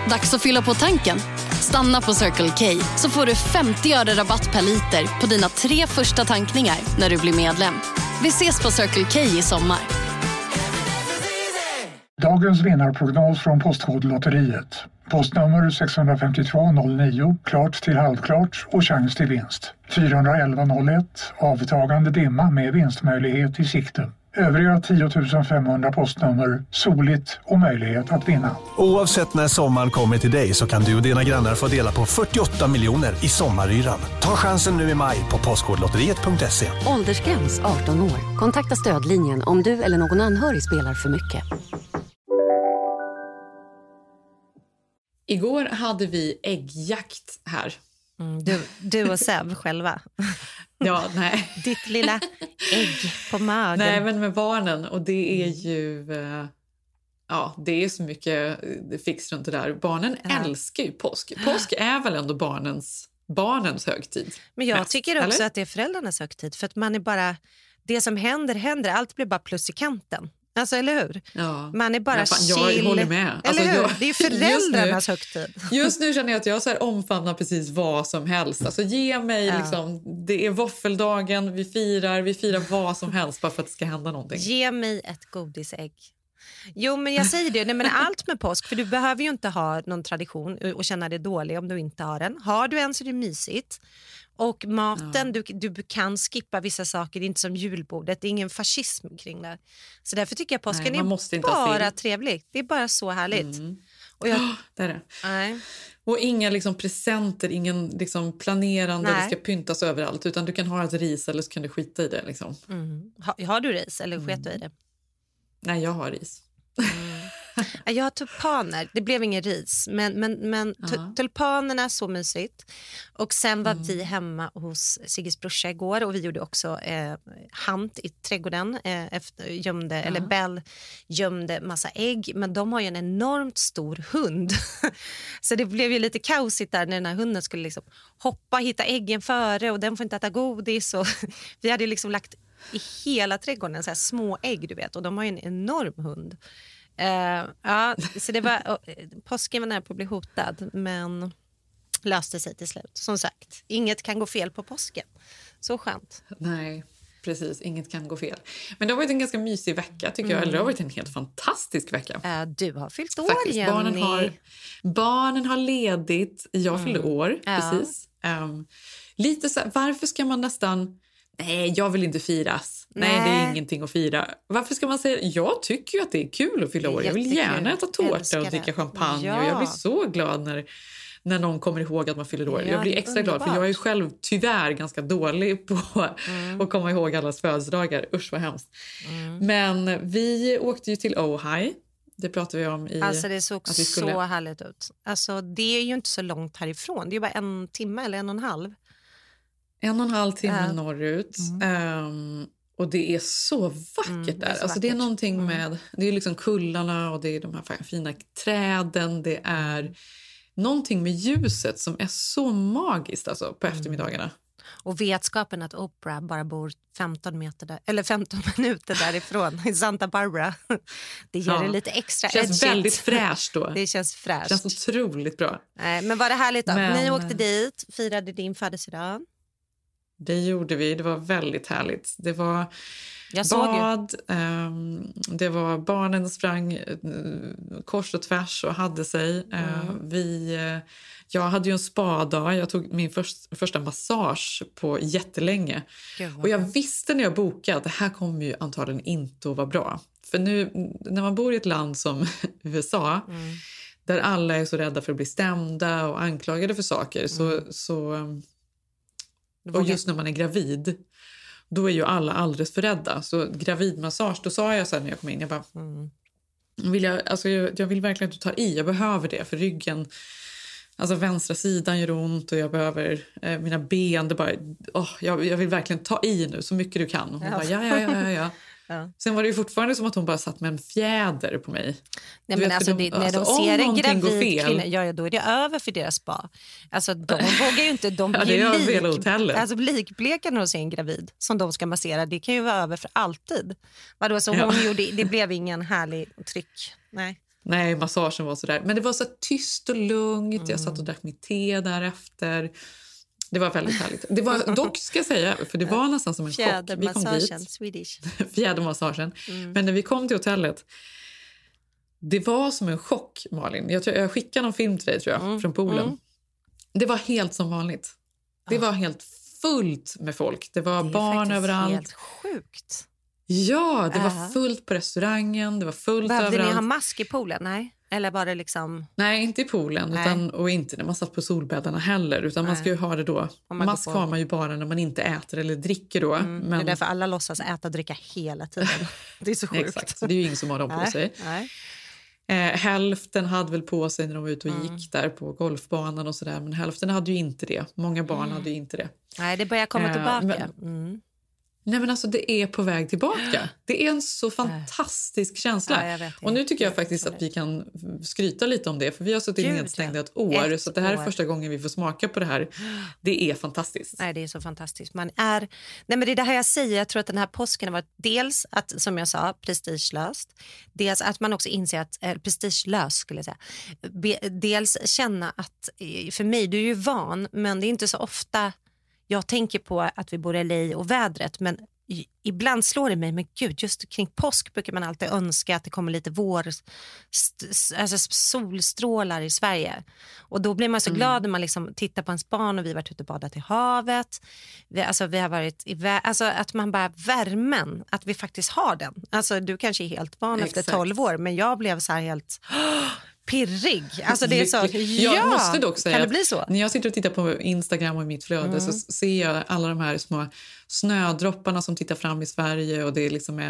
Dags att fylla på tanken. Stanna på Circle K så får du 50 öre rabatt per liter på dina 3 första tankningar när du blir medlem. Vi ses på Circle K i sommar. Dagens vinnarprognos från Postkodlotteriet. Postnummer 65209, klart till halvklart och chans till vinst. 41101, avtagande dimma med vinstmöjlighet i sikte. Övriga 10 500 postnummer, soligt och möjlighet att vinna. Oavsett när sommaren kommer till dig så kan du och dina grannar få dela på 48 miljoner i sommaryran. Ta chansen nu i maj på postkodlotteriet.se. Åldersgräns 18 år. Kontakta stödlinjen om du eller någon anhörig spelar för mycket. Igår hade vi äggjakt här. Du och Seb själva. Ja, nej. Ditt lilla ägg på magen. Nej, men med barnen. Och det är ju... Ja, det är så mycket fix runt det där. Barnen älskar ju påsk. Påsk är väl ändå barnens högtid. Men jag tycker också att det är föräldrarnas högtid. För att man är bara... Det som händer. Allt blir bara plus i kanten. Alltså, eller hur? Ja. Man är bara chill. Jag håller med. Eller hur? Det är ju föräldrarnas högtid. Just nu känner jag att jag så här omfamnar precis vad som helst. Alltså ge mig liksom, det är våffeldagen, vi firar vad som helst bara för att det ska hända någonting. Ge mig ett godisägg. Jo, men jag säger det, men allt med påsk, för du behöver ju inte ha någon tradition och känna dig dålig om du inte har den. Har du en så är det mysigt. Och maten, du kan skippa vissa saker, det är inte som julbordet, det är ingen fascism kring det. Så därför tycker jag påsken är bara trevlig. Det är bara så härligt. Och det är det. Nej. Och inga liksom presenter, ingen liksom planerande, det ska pyntas överallt, utan du kan ha ett ris eller så kan du skita i det. Liksom. Har du ris eller sket du i det? Nej, jag har ris. Jag har tulpaner, det blev ingen ris, men tulpanerna är så mysigt. Och sen var vi hemma hos Sigges brorsa igår och vi gjorde också hand i trädgården, eller Bell gömde massa ägg, men de har ju en enormt stor hund. Så det blev ju lite kaosigt där när den här hunden skulle liksom hoppa, hitta äggen före och den får inte äta godis. Och vi hade liksom lagt i hela trädgården så här små ägg, du vet, och de har ju en enorm hund. Så det var påsken var nära på att bli hotad, men löste sig till slut. Som sagt, inget kan gå fel på påsken. Så skönt. Nej, precis, inget kan gå fel. Men det har varit en ganska mysig vecka tycker jag. Eller det har varit en helt fantastisk vecka. Du har fyllt år, faktiskt, Jenny. Barnen har ledigt. Jag fyllde år, precis. Lite så här, varför ska man nästan... Nej, jag vill inte firas. Nej, det är ingenting att fira. Varför ska man säga... Jag tycker ju att det är kul att fylla år. Jag vill gärna äta tårta och dricka champagne. Ja. Och jag blir så glad när någon kommer ihåg att man fyller år. Jag blir extra glad för jag är själv tyvärr ganska dålig på att komma ihåg allas födelsedagar. Usch, vad hemskt. Men vi åkte ju till Ojai. Det pratade vi om i... Alltså det såg så härligt ut. Alltså det är ju inte så långt härifrån. Det är bara 1 timme eller 1,5. 1,5 timme norrut. Och det är så vackert där. Alltså det är någonting med... Det är liksom kullarna och det är de här fina träden. Det är någonting med ljuset som är så magiskt alltså, på eftermiddagarna. Och vetskapen att Oprah bara bor 15 minuter därifrån i Santa Barbara. Det ger det lite extra. Det känns väldigt fräscht då. Det känns fräscht. Det känns otroligt bra. Men var det härligt då? Ni åkte dit, firade din födelsedag. Det gjorde vi. Det var väldigt härligt. Det var bad. Det var barnen sprang kors och tvärs och hade sig. Jag hade ju en spadag. Jag tog min första massage på jättelänge. Och jag visste när jag bokade att det här kommer ju antagligen inte att vara bra. För nu när man bor i ett land som USA där alla är så rädda för att bli stämda och anklagade för saker och just när man är gravid, då är ju alla alldeles för rädda. Så gravidmassage, då sa jag så här när jag kom in, jag bara, jag vill verkligen att du tar i, jag behöver det för ryggen, alltså vänstra sidan gör ont och jag behöver mina ben, det bara, jag vill verkligen ta i nu så mycket du kan. Och hon bara, ja. Ja. Sen var det ju fortfarande som att hon bara satt med en fjäder på mig. Nej, men alltså, när de ser en gravid kvinna, då är det över för deras spa. Alltså de vågar ju inte, de blir likbleka när de ser en gravid som de ska massera. Det kan ju vara över för alltid. Vadå, så hon gjorde, det blev ingen härlig tryck. Nej. Nej, massagen var sådär. Men det var så tyst och lugnt. Jag satt och drack mitt te därefter. Det var väldigt härligt. Det var dock, ska jag säga, för det var nästan som en chock. Vi kom dit. Swedish. Fjädermassagen. Men när vi kom till hotellet, det var som en chock, Malin. Jag skickade någon film till dig, tror jag, från poolen. Det var helt som vanligt. Det var helt fullt med folk. Det var barn överallt. Det är helt sjukt. Ja, det var fullt på restaurangen. Det var fullt överallt. Behövde ni ha mask i poolen? Nej. Eller var det liksom... Nej, inte i poolen. Och inte när man satt på solbäddarna heller. Utan man ska ju ha det då. Mask har man ju bara när man inte äter eller dricker då. Men... Det är därför alla låtsas äta och dricka hela tiden. Det är så sjukt. Exakt, så det är ju ingen som har dem på sig. Nej. Hälften hade väl på sig när de var ute och gick där på golfbanan och sådär. Men hälften hade ju inte det. Många barn hade ju inte det. Nej, det börjar komma tillbaka. Nej, men alltså det är på väg tillbaka. Det är en så fantastisk känsla. Ja, och nu tycker jag faktiskt att vi kan skryta lite om det. För vi har suttit nedstängda ett år. Så att det här är första gången vi får smaka på det här. Det är fantastiskt. Nej, det är så fantastiskt. Nej, men det är det här jag säger. Jag tror att den här påsken har varit dels att, som jag sa, prestigelöst. Dels att man också inser att, prestigelös skulle jag säga. Dels känna att, för mig, du är ju van, men det är inte så ofta... Jag tänker på att vi bor i LA och vädret, men ibland slår det mig, men gud, just kring påsk brukar man alltid önska att det kommer lite alltså solstrålar i Sverige. Och då blir man så glad när man liksom tittar på ens barn och vi har varit ute och badat i havet. Vi har varit alltså att man bara värmen, att vi faktiskt har den. Alltså du kanske är helt van efter 12 år, men jag blev så här helt... pirrig. Alltså det är så. Jag måste dock säga, kan det bli så? När jag sitter och tittar på Instagram och i mitt flöde så ser jag alla de här små snödropparna som tittar fram i Sverige och det är liksom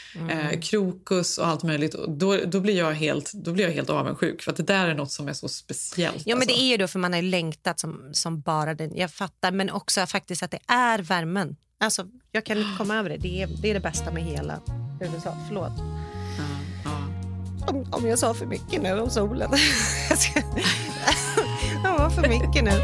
krokus och allt möjligt. Och då blir jag helt avundsjuk för att det där är något som är så speciellt. Ja, men det är ju då för man har längtat som bara den. Jag fattar, men också faktiskt att det är värmen. Alltså jag kan inte komma över det. Det är det bästa med hela USA. Förlåt. Om jag sa för mycket nu om solen. Det var för mycket nu.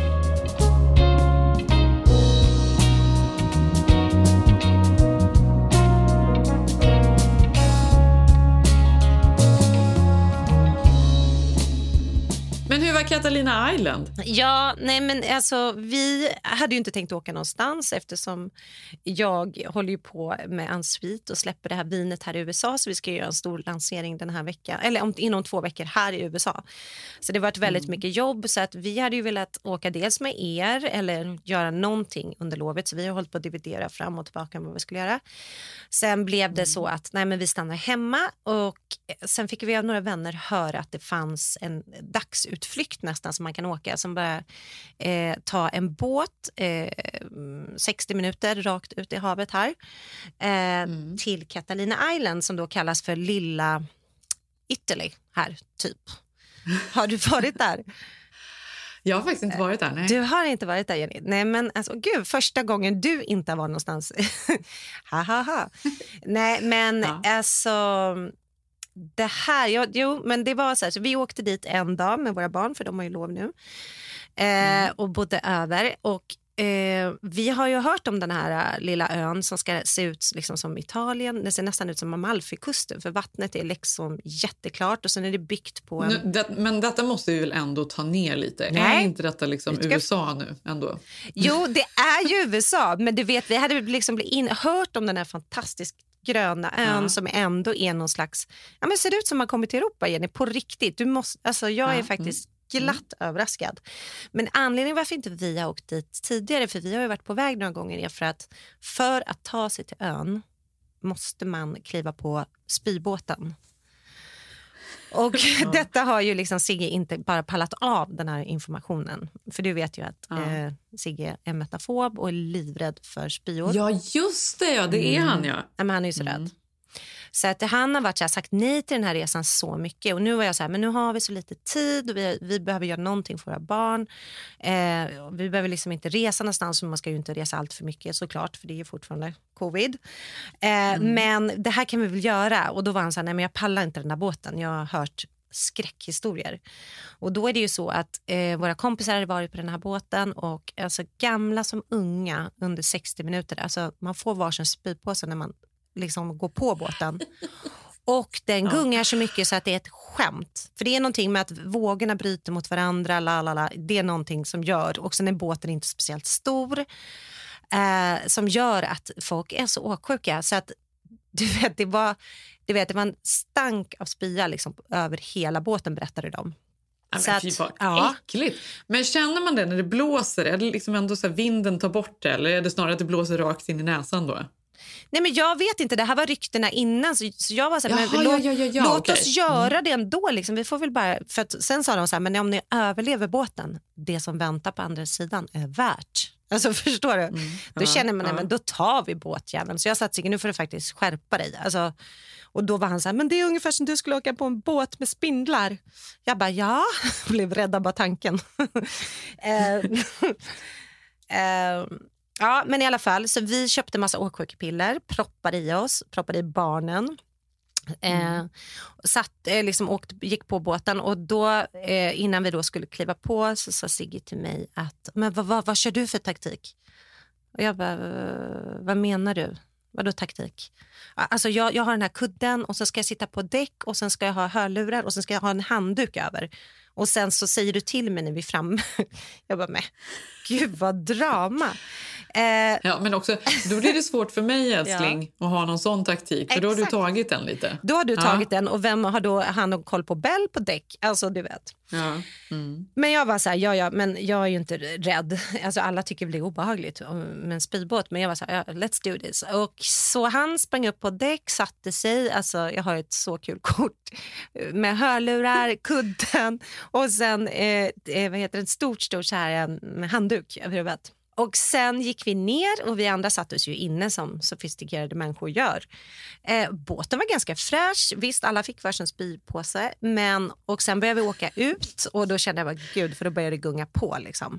Men hur var Catalina Island? Ja, nej men alltså vi hade ju inte tänkt åka någonstans eftersom jag håller ju på med Unsweet och släpper det här vinet här i USA, så vi ska göra en stor lansering den här veckan, eller inom 2 veckor här i USA. Så det har varit väldigt mycket jobb, så att vi hade ju velat åka dels med er eller göra någonting under lovet, så vi har hållit på att dividera fram och tillbaka vad vi skulle göra. Sen blev det så att nej men vi stannar hemma, och sen fick vi av några vänner höra att det fanns en dagsutflykt nästan som man kan åka, som bara ta en båt 60 minuter rakt ut i havet här till Catalina Island, som då kallas för Lilla Italy här typ. Har du varit där? Jag har faktiskt inte varit där, nej. Du har inte varit där, Jenny. Nej, men alltså, gud, första gången du inte var någonstans. Nej, men alltså... Det här, men det var så här, så vi åkte dit en dag med våra barn, för de har ju lov nu, och bodde över, och vi har ju hört om den här lilla ön som ska se ut liksom som Italien. Det ser nästan ut som Amalfikusten, för vattnet är liksom jätteklart och sen är det byggt på en... Men detta måste vi väl ändå ta ner lite. Nej. Är inte detta liksom USA nu ändå? Jo, det är ju USA, men du vet, vi hade liksom hört om den här fantastiska gröna ön som ändå är någon slags, ja men ser ut som man kommer till Europa, Jenny, på riktigt. Du måste, alltså jag är faktiskt glatt överraskad. Men anledningen varför inte vi har åkt dit tidigare, för vi har ju varit på väg några gånger, är för att ta sig till ön måste man kliva på spybåten. Och detta har ju liksom Sigge inte bara pallat av, den här informationen. För du vet ju att Sigge är metafob och är livrädd för spyor. Ja, just det. Ja, det är han, ja. Men han är ju så rädd. Så att han har varit så här, sagt nej till den här resan så mycket. Och nu var jag så här, men nu har vi så lite tid och vi behöver göra någonting för våra barn. Vi behöver liksom inte resa någonstans, man ska ju inte resa allt för mycket såklart, för det är ju fortfarande covid. Men det här kan vi väl göra. Och då var han så här, nej men jag pallar inte den där båten. Jag har hört skräckhistorier. Och då är det ju så att våra kompisar hade varit på den här båten, och alltså gamla som unga under 60 minuter, alltså man får varsin spypåse när man liksom går på båten. Och den gungar så mycket så att det är ett skämt. För det är någonting med att vågorna bryter mot varandra. Det är någonting som gör, och sen är båten inte speciellt stor, som gör att folk är så åksjuka. Så att det var en stank av spya liksom, över hela båten, berättade de. Så att, äckligt. Men känner man det när det blåser? Är det liksom ändå så här vinden tar bort det? Eller är det snarare att det blåser rakt in i näsan då? Nej, men jag vet inte, det här var ryktena innan, så jag var så här, låt oss göra det ändå liksom. Vi får väl bara, för att, sen sa de så här, men om ni överlever båten, det som väntar på andra sidan är värt. Alltså, förstår du? Då känner man, men då tar vi båtjäveln. Så jag sa till, nu får du faktiskt skärpa dig. Alltså, och då var han så här, men det är ungefär som du skulle åka på en båt med spindlar. Jag bara, ja, blev rädda bara tanken. Ja, men i alla fall, så vi köpte massa åksjukepiller, proppade i barnen. Gick på båten, och då innan vi då skulle kliva på så sa Sigge till mig att, men vad kör du för taktik? Och jag bara, vad menar du? Vadå taktik? Alltså jag har den här kudden, och så ska jag sitta på däck, och sen ska jag ha hörlurar, och sen ska jag ha en handduk över. Och sen så säger du till mig när vi är framme. Jag bara, men gud vad drama. Ja, men också, då blir det svårt för mig, älskling, att ha någon sån taktik. För då har du tagit den lite. Då har du tagit den, och vem har då han koll på Bell på däck? Alltså, du vet. Ja. Men jag var så här, men jag är ju inte rädd. Alltså, alla tycker det blir obehagligt med en speedbåt. Men jag var så här, let's do this. Och så han sprang upp på däck, satte sig. Alltså, jag har ett så kul kort med hörlurar, kudden och sen en stort så här en handduk över huvudet. Och sen gick vi ner, och vi andra satt oss ju inne som sofistikerade människor gör. Båten var ganska fräsch. Visst, alla fick varsin spypåse. Och sen började vi åka ut, och då kände jag, gud, för då började det gunga på liksom.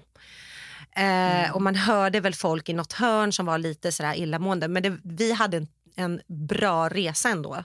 Och man hörde väl folk i något hörn som var lite sådär illamående. Men vi hade en bra resa ändå.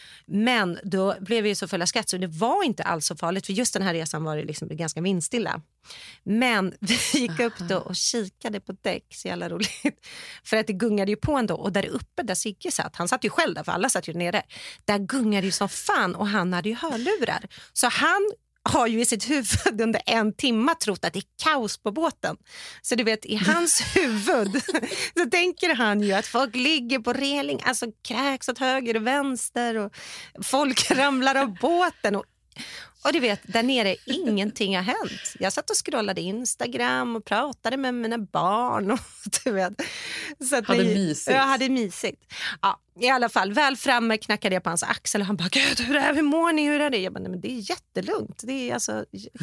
Men då blev vi ju så fulla skratt, så det var inte alls så farligt. För just den här resan var det liksom ganska vindstilla. Men vi gick upp då och kikade på däck, så jävla roligt. För att det gungade ju på ändå. Och där uppe där Sigge satt, han satt ju själv där, för alla satt ju nere. Där gungade ju som fan, och han hade ju hörlurar. Så han har ju i sitt huvud under 1 timme trott att det är kaos på båten. Så du vet, i hans huvud så tänker han ju att folk ligger på reling, alltså kräks åt höger och vänster, och folk ramlar av båten, och du vet, där nere ingenting har hänt. Jag satt och scrollade Instagram och pratade med mina barn, och du vet. Så att jag hade mysigt. Ja, i alla fall, väl framme knackade jag på hans axel, och han bara, gud, hur mår ni? Hur är det? Jag bara, nej, men det är jättelugnt. Det är alltså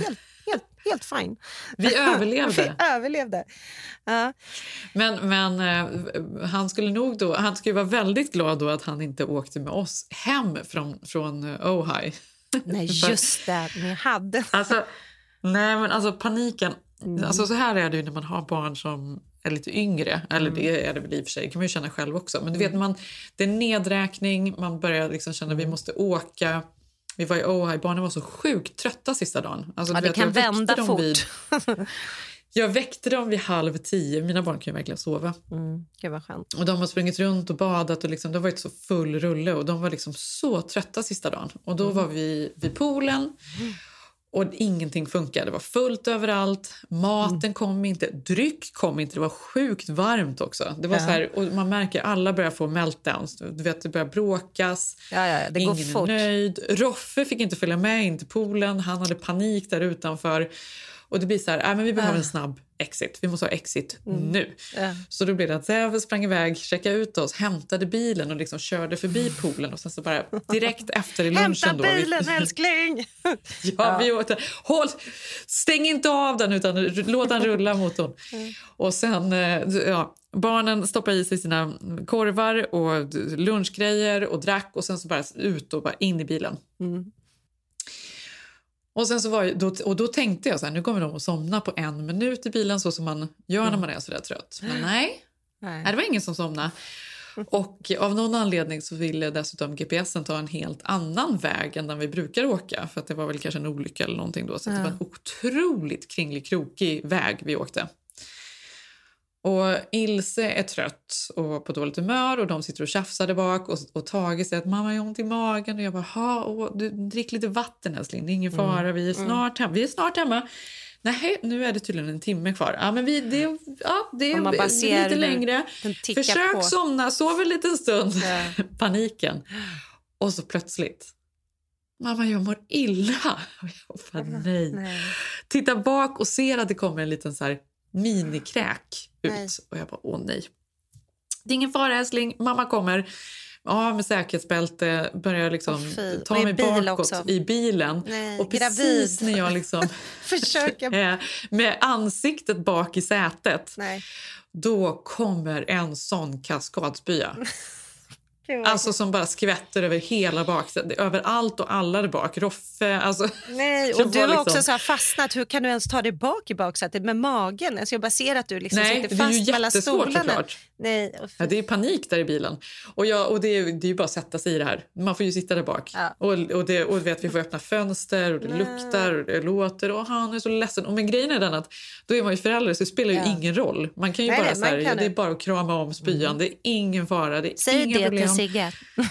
helt fine. Vi överlevde. Vi överlevde. Ja. Men han skulle vara väldigt glad då att han inte åkte med oss hem från Ojai. Nej, just det, ni hade. Alltså paniken. Alltså, så här är det ju när man har barn som är lite yngre. Eller det är det väl i och för sig, det kan man ju känna själv också. Men du vet, det är nedräkning, man börjar liksom känna att vi måste åka. Vi var i Ojai, barnen var så sjukt trötta sista dagen. Alltså, det kan vända fort. Jag väckte dem vid 9:30. Mina barn kan ju verkligen sova. Det var skönt. Och de har sprungit runt och badat, och liksom, det var ett så full rulle, och de var liksom så trötta sista dagen. Och då var vi vid poolen, och ingenting funkade. Det var fullt överallt. Maten kom inte, dryck kom inte. Det var sjukt varmt också. Det var så här, och man märker alla börjar få meltdowns. Du vet, det börjar bråkas. Det ingen går fort. är nöjd. Roffe fick inte följa med in till poolen. Han hade panik där utanför. Och det blir så här, men vi behöver en snabb exit. Vi måste ha exit nu. Så då blev det att Zev sprang iväg, checkade ut oss, hämtade bilen och liksom körde förbi poolen. Och sen så bara direkt efter i lunchen hämta bilen, älskling! Vi åkte. Stäng inte av den, utan låt den rulla motorn. Och sen, barnen stoppade i sig sina korvar och lunchgrejer och drack. Och sen så bara ut och bara in i bilen. Och sen så då tänkte jag så här, nu kommer de att somna på 1 minut i bilen, så som man gör när man är så där trött. Men nej, det var ingen som somnade. Och av någon anledning så ville dessutom GPSen ta en helt annan väg än den vi brukar åka. För att det var väl kanske en olycka eller någonting då. Så det var en otroligt kringlig, krokig väg vi åkte. Och Ilse är trött och på dåligt humör och de sitter och tjafsar där bak och Tage säger att mamma, jag har ont i magen och jag bara, du drick lite vatten älskling, det är ingen fara, vi är snart hemma. Nej, nu är det tydligen en timme kvar. Ja, men det är lite längre. Försök somna, sov en liten stund. Paniken. Och så plötsligt, mamma, jag mår illa. Och jag bara, nej. Tittar bak och ser att det kommer en liten så här minikräk ut. Nej. Och jag bara, nej. Det är ingen fara älskling, mamma kommer. Ja, med säkerhetsbälte börjar liksom ta mig bakåt också. I bilen. Nej, och precis när jag liksom försöker med ansiktet bak i sätet, då kommer en sån kaskadspya. Alltså som bara skvätter över hela baksätet, över allt och alla där bak. Roffe, alltså. Nej, och du har också så här fastnat. Hur kan du ens ta dig bak i baksätet med magen? Alltså jag bara ser att du liksom sitter fast mellan stolarna. Nej, ja, det är panik där i bilen. Och det är ju bara att sätta sig i det här. Man får ju sitta där bak. Ja. Och vet, vi får öppna fönster och det luktar och det låter och han är så ledsen. Och men grejen är den att då är man ju förälder så det spelar ju ingen roll. Man kan ju bara så här, det är bara att krama om spyan. Det är ingen fara, det är inga problem. Sigge.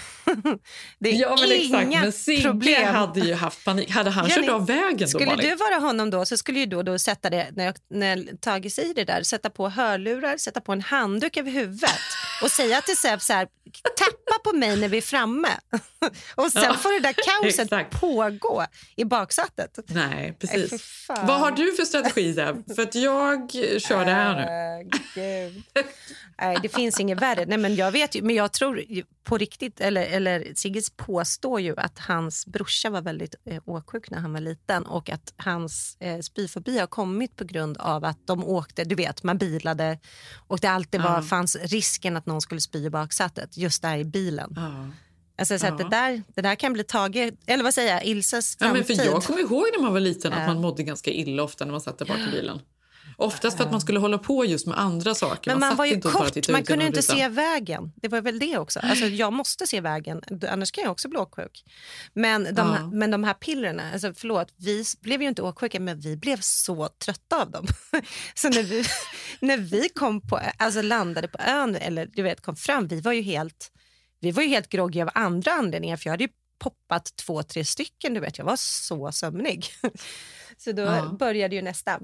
Det är men exakt, men Sigge hade ju haft panik. Hade han kört av vägen då? Skulle du vara honom då så skulle ju då sätta det, när Tage säger det där, sätta på hörlurar, sätta på en handduk över huvudet och säga till Seb så här, tappa på mig när vi är framme. Och sen får det där kaoset pågå i baksätet. Nej, precis. Vad har du för strategi där? För att jag kör det här nu. Gud. Nej, det finns inget värre. Nej, men jag vet ju, men jag tror på riktigt, eller Sigges påstår ju att hans brorsa var väldigt åksjuk när han var liten och att hans spyfobi har kommit på grund av att de åkte, du vet, man bilade och det alltid fanns risken att någon skulle spy i baksätet just där i bilen. Alltså så att det där kan bli taget, eller vad säger jag, Ilses framtid. Ja, men för jag kommer ihåg när man var liten att man mådde ganska illa ofta när man satt där bak i bilen. Oftast för att man skulle hålla på just med andra saker. Men man var ju kort, man kunde inte se vägen. Det var väl det också. Alltså jag måste se vägen, annars kan jag också bli åksjuk. Men de här pillerna, alltså förlåt, vi blev ju inte åksjuka, men vi blev så trötta av dem. Så när vi kom på, alltså landade på ön, eller du vet kom fram, vi var ju helt groggy av andra anledningar, för jag hade ju poppat 2-3 stycken, du vet, jag var så sömnig. Så då började ju nästa.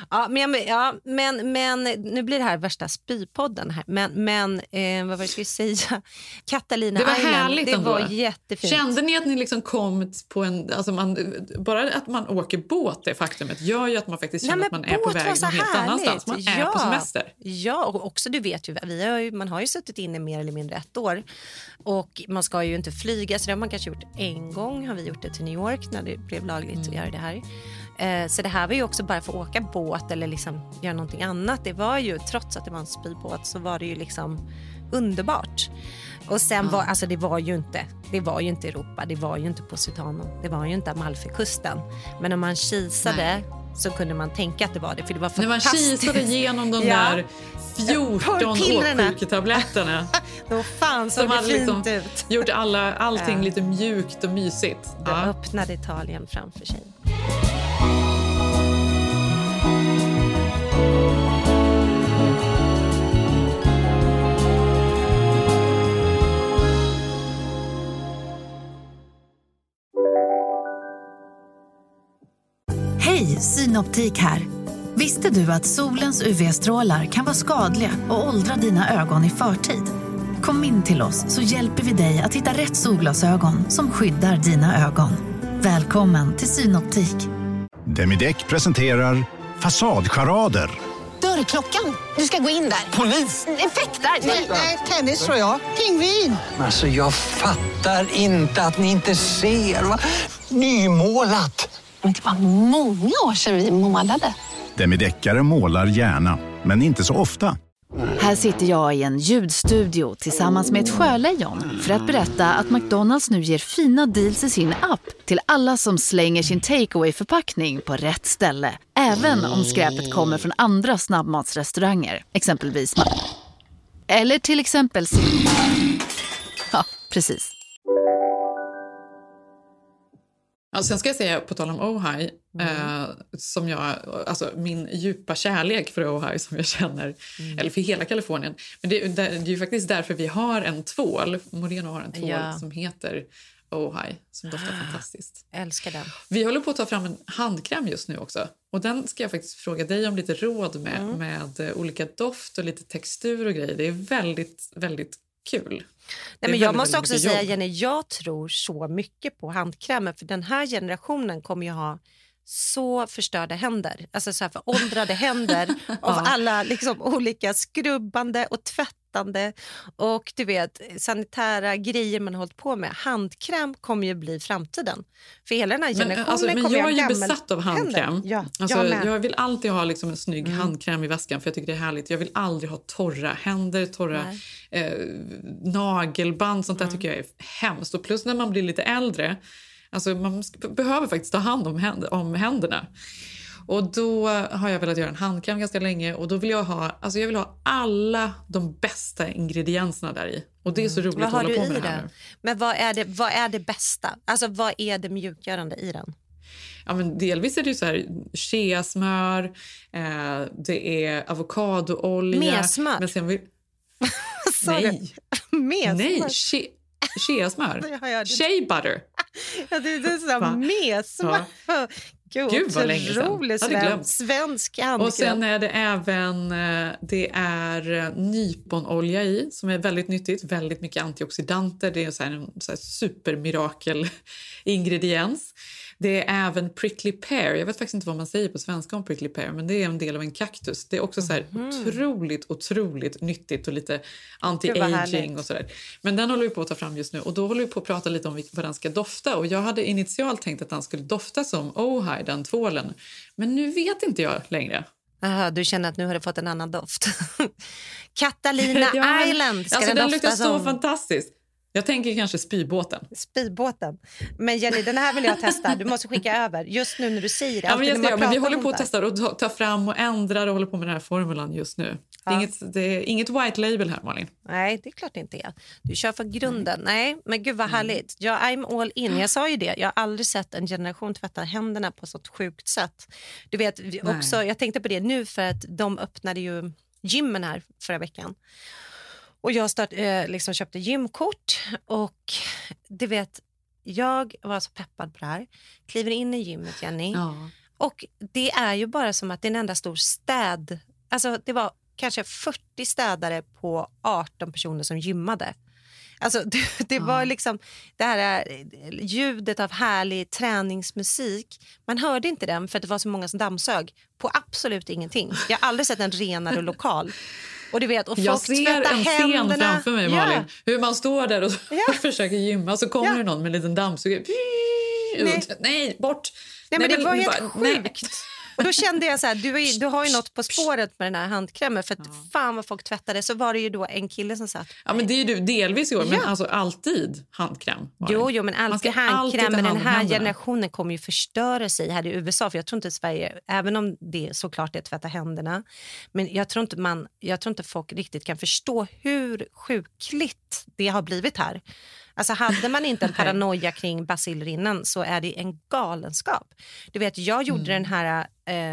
Men nu blir det här värsta spypodden här. Men vad var det jag skulle säga? Catalina det var Island, härligt det ändå. Var jättefint. Kände ni att ni liksom kom på en, alltså bara att man åker båt, det faktumet gör ju att man faktiskt känner att man är på väg någon helt annanstans. Man är på semester. Ja, och också du vet ju, man har ju suttit inne mer eller mindre 1 år. Och man ska ju inte flyga, så det har man kanske gjort en gång. Har vi gjort det till New York när det blev lagligt att göra det här. Så det här var ju också bara för att åka båt eller liksom göra någonting annat. Det var ju, trots att det var en spybåt, så var det ju liksom underbart. Och sen var, alltså det var ju inte Europa, det var ju inte Positano, det var ju inte Amalfikusten. Men om man kisade så kunde man tänka att det var det, för det var fantastiskt. När man kisade igenom de där 14 åksjuketabletterna då fan så det fint liksom ut. Gjort allting lite mjukt och mysigt. Då öppnade Italien framför sig. Hej, Synoptik här. Visste du att solens UV-strålar kan vara skadliga och åldra dina ögon i förtid? Kom in till oss så hjälper vi dig att hitta rätt solglasögon som skyddar dina ögon. Välkommen till Synoptik. Demideck presenterar Fasadcharader. Dörrklockan. Du ska gå in där. Polis? Effektar? Nej, tennis tror jag. Pingvin. Alltså jag fattar inte att ni inte ser. Va? Nymålat. Men det var många år sedan vi målade. Demideckare målar gärna, men inte så ofta. Här sitter jag i en ljudstudio tillsammans med ett sjölejon för att berätta att McDonalds nu ger fina deals i sin app till alla som slänger sin takeaway-förpackning på rätt ställe. Även om skräpet kommer från andra snabbmatsrestauranger, exempelvis. Eller till exempel... Ja, precis. Ja, sen ska jag säga, på tal om Ohio, som jag, alltså min djupa kärlek för Ohio som jag känner, eller för hela Kalifornien. Men det är ju faktiskt därför vi har en tvål, Moreno har en tvål som heter Ohio, som doftar fantastiskt. Älskar den. Vi håller på att ta fram en handkräm just nu också. Och den ska jag faktiskt fråga dig om lite råd med olika doft och lite textur och grejer. Det är väldigt, väldigt kul. Nej, men jag måste också säga, Jenny, jag tror så mycket på handkrämer, för den här generationen kommer ju ha så förstörda händer, alltså så här föråldrade händer av alla liksom olika skrubbande och tvättande och du vet sanitära grejer man har hållit på med. Handkräm kommer ju bli framtiden. För hela den här generationen men jag är ju besatt av handkräm. Jag vill alltid ha liksom en snygg handkräm i väskan, för jag tycker det är härligt. Jag vill aldrig ha torra händer, torra nagelband, sånt där tycker jag är hemskt. Och plus när man blir lite äldre, alltså man behöver faktiskt ta hand om händerna. Och då har jag velat göra en handkräm ganska länge. Och då vill jag ha alla de bästa ingredienserna där i. Och det är så roligt att hålla på med det här nu. Men vad är det bästa? Alltså vad är det mjukgörande i den? Ja, men delvis är det ju så här cheasmör, det är avokadoolja. Mesmör? Men sen Nej. Nej, cheasmör. Shea butter. Ja, det är så mesmör. Gud vad länge sedan. Svensk handkräm. Och sen är det även nyponolja i, som är väldigt nyttigt. Väldigt mycket antioxidanter. Det är en supermirakel ingrediens. Det är även prickly pear. Jag vet faktiskt inte vad man säger på svenska om prickly pear, men det är en del av en kaktus. Det är också så här otroligt nyttigt och lite anti-aging och sådär. Men den håller vi på att ta fram just nu, och då håller vi på att prata lite om vad den ska dofta. Och jag hade initialt tänkt att den skulle dofta som Ohio, den tvålen. Men nu vet inte jag längre. Aha, du känner att nu har du fått en annan doft. Catalina Island ska alltså, den luktar dofta så som. Fantastiskt. Jag tänker kanske spybåten. Spybåten. Men Jenny, den här vill jag testa. Du måste skicka över. Just nu när du säger det. Ja, men vi håller på att testa och ta fram och ändra och håller på med den här formulan just nu. Ja. Det är inget white label här, Malin. Nej, det är klart det inte är. Du kör för grunden. Nej, men gud vad härligt. Ja, I'm all in. Jag sa ju det. Jag har aldrig sett en generation tvätta händerna på så ett sjukt sätt. Du vet, också, jag tänkte på det nu för att de öppnade ju gymmen här förra veckan. Och jag liksom köpte gymkort och du vet, jag var så peppad på det här. Kliver in i gymmet, Jenny. Ja. Och det är ju bara som att det är en enda stor städ. Alltså det var kanske 40 städare på 18 personer som gymmade. Alltså det var liksom det här ljudet av härlig träningsmusik. Man hörde inte den för att det var så många som dammsög på absolut ingenting. Jag har aldrig sett en renare lokal. Och du vet, och folk jag ser en scen framför mig, Malin. Ja. Hur man står där och försöker gymma, så kommer det någon med en liten dammsugare. Nej, bort! Nej, men det var helt sjukt. Och då kände jag så här, du har ju något på spåret med den här handkrämen, för att fan vad folk tvättade. Så var det ju då en kille som satt. Ja, men det är ju du delvis i år, men alltså alltid handkräm. Jo, men alltid handkräm, men den här generationen kommer ju förstöra sig här i USA. För jag tror inte Sverige, även om det såklart är att tvätta händerna, men jag tror inte folk riktigt kan förstå hur sjukligt det har blivit här. Alltså hade man inte en paranoia kring baciller innan, så är det en galenskap. Du vet, jag gjorde den här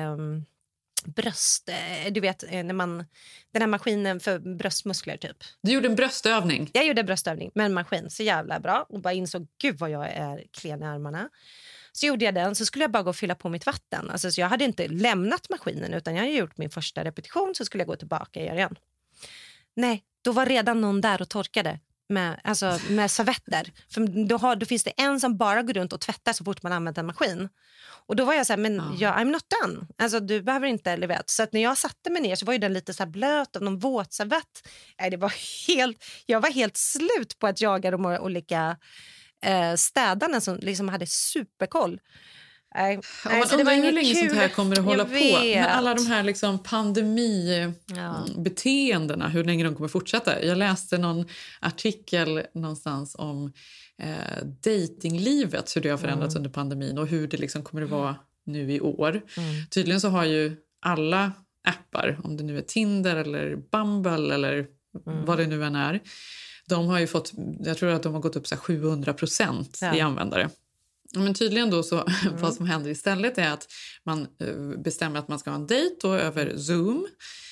du vet, den här maskinen för bröstmuskler typ. Du gjorde en bröstövning? Jag gjorde en bröstövning med en maskin, så jävla bra. Och bara insåg, gud vad jag är klen i armarna. Så gjorde jag den, så skulle jag bara gå och fylla på mitt vatten. Alltså, så jag hade inte lämnat maskinen, utan jag hade gjort min första repetition, så skulle jag gå tillbaka och göra igen. Nej, då var redan någon där och torkade med servetter. För då finns det en som bara går runt och tvättar så fort man använder en maskin. Och då var jag så här, men I'm not done. Alltså du behöver inte leverera. Så att när jag satte mig ner så var ju den lite så här blöt av någon våtservett. Jag var helt slut på att jaga de olika städarna som liksom hade superkoll. Man undrar hur länge sånt här kommer att hålla på med alla de här liksom pandemibeteendena, hur länge de kommer fortsätta. Jag läste någon artikel någonstans om datinglivet, hur det har förändrats under pandemin och hur det liksom kommer att vara nu i år. Tydligen så har ju alla appar, om det nu är Tinder eller Bumble eller vad det nu än är, de har ju fått, jag tror att de har gått upp så 700% i användare. Men tydligen då så vad som händer istället är att man bestämmer att man ska ha en dejt då över Zoom.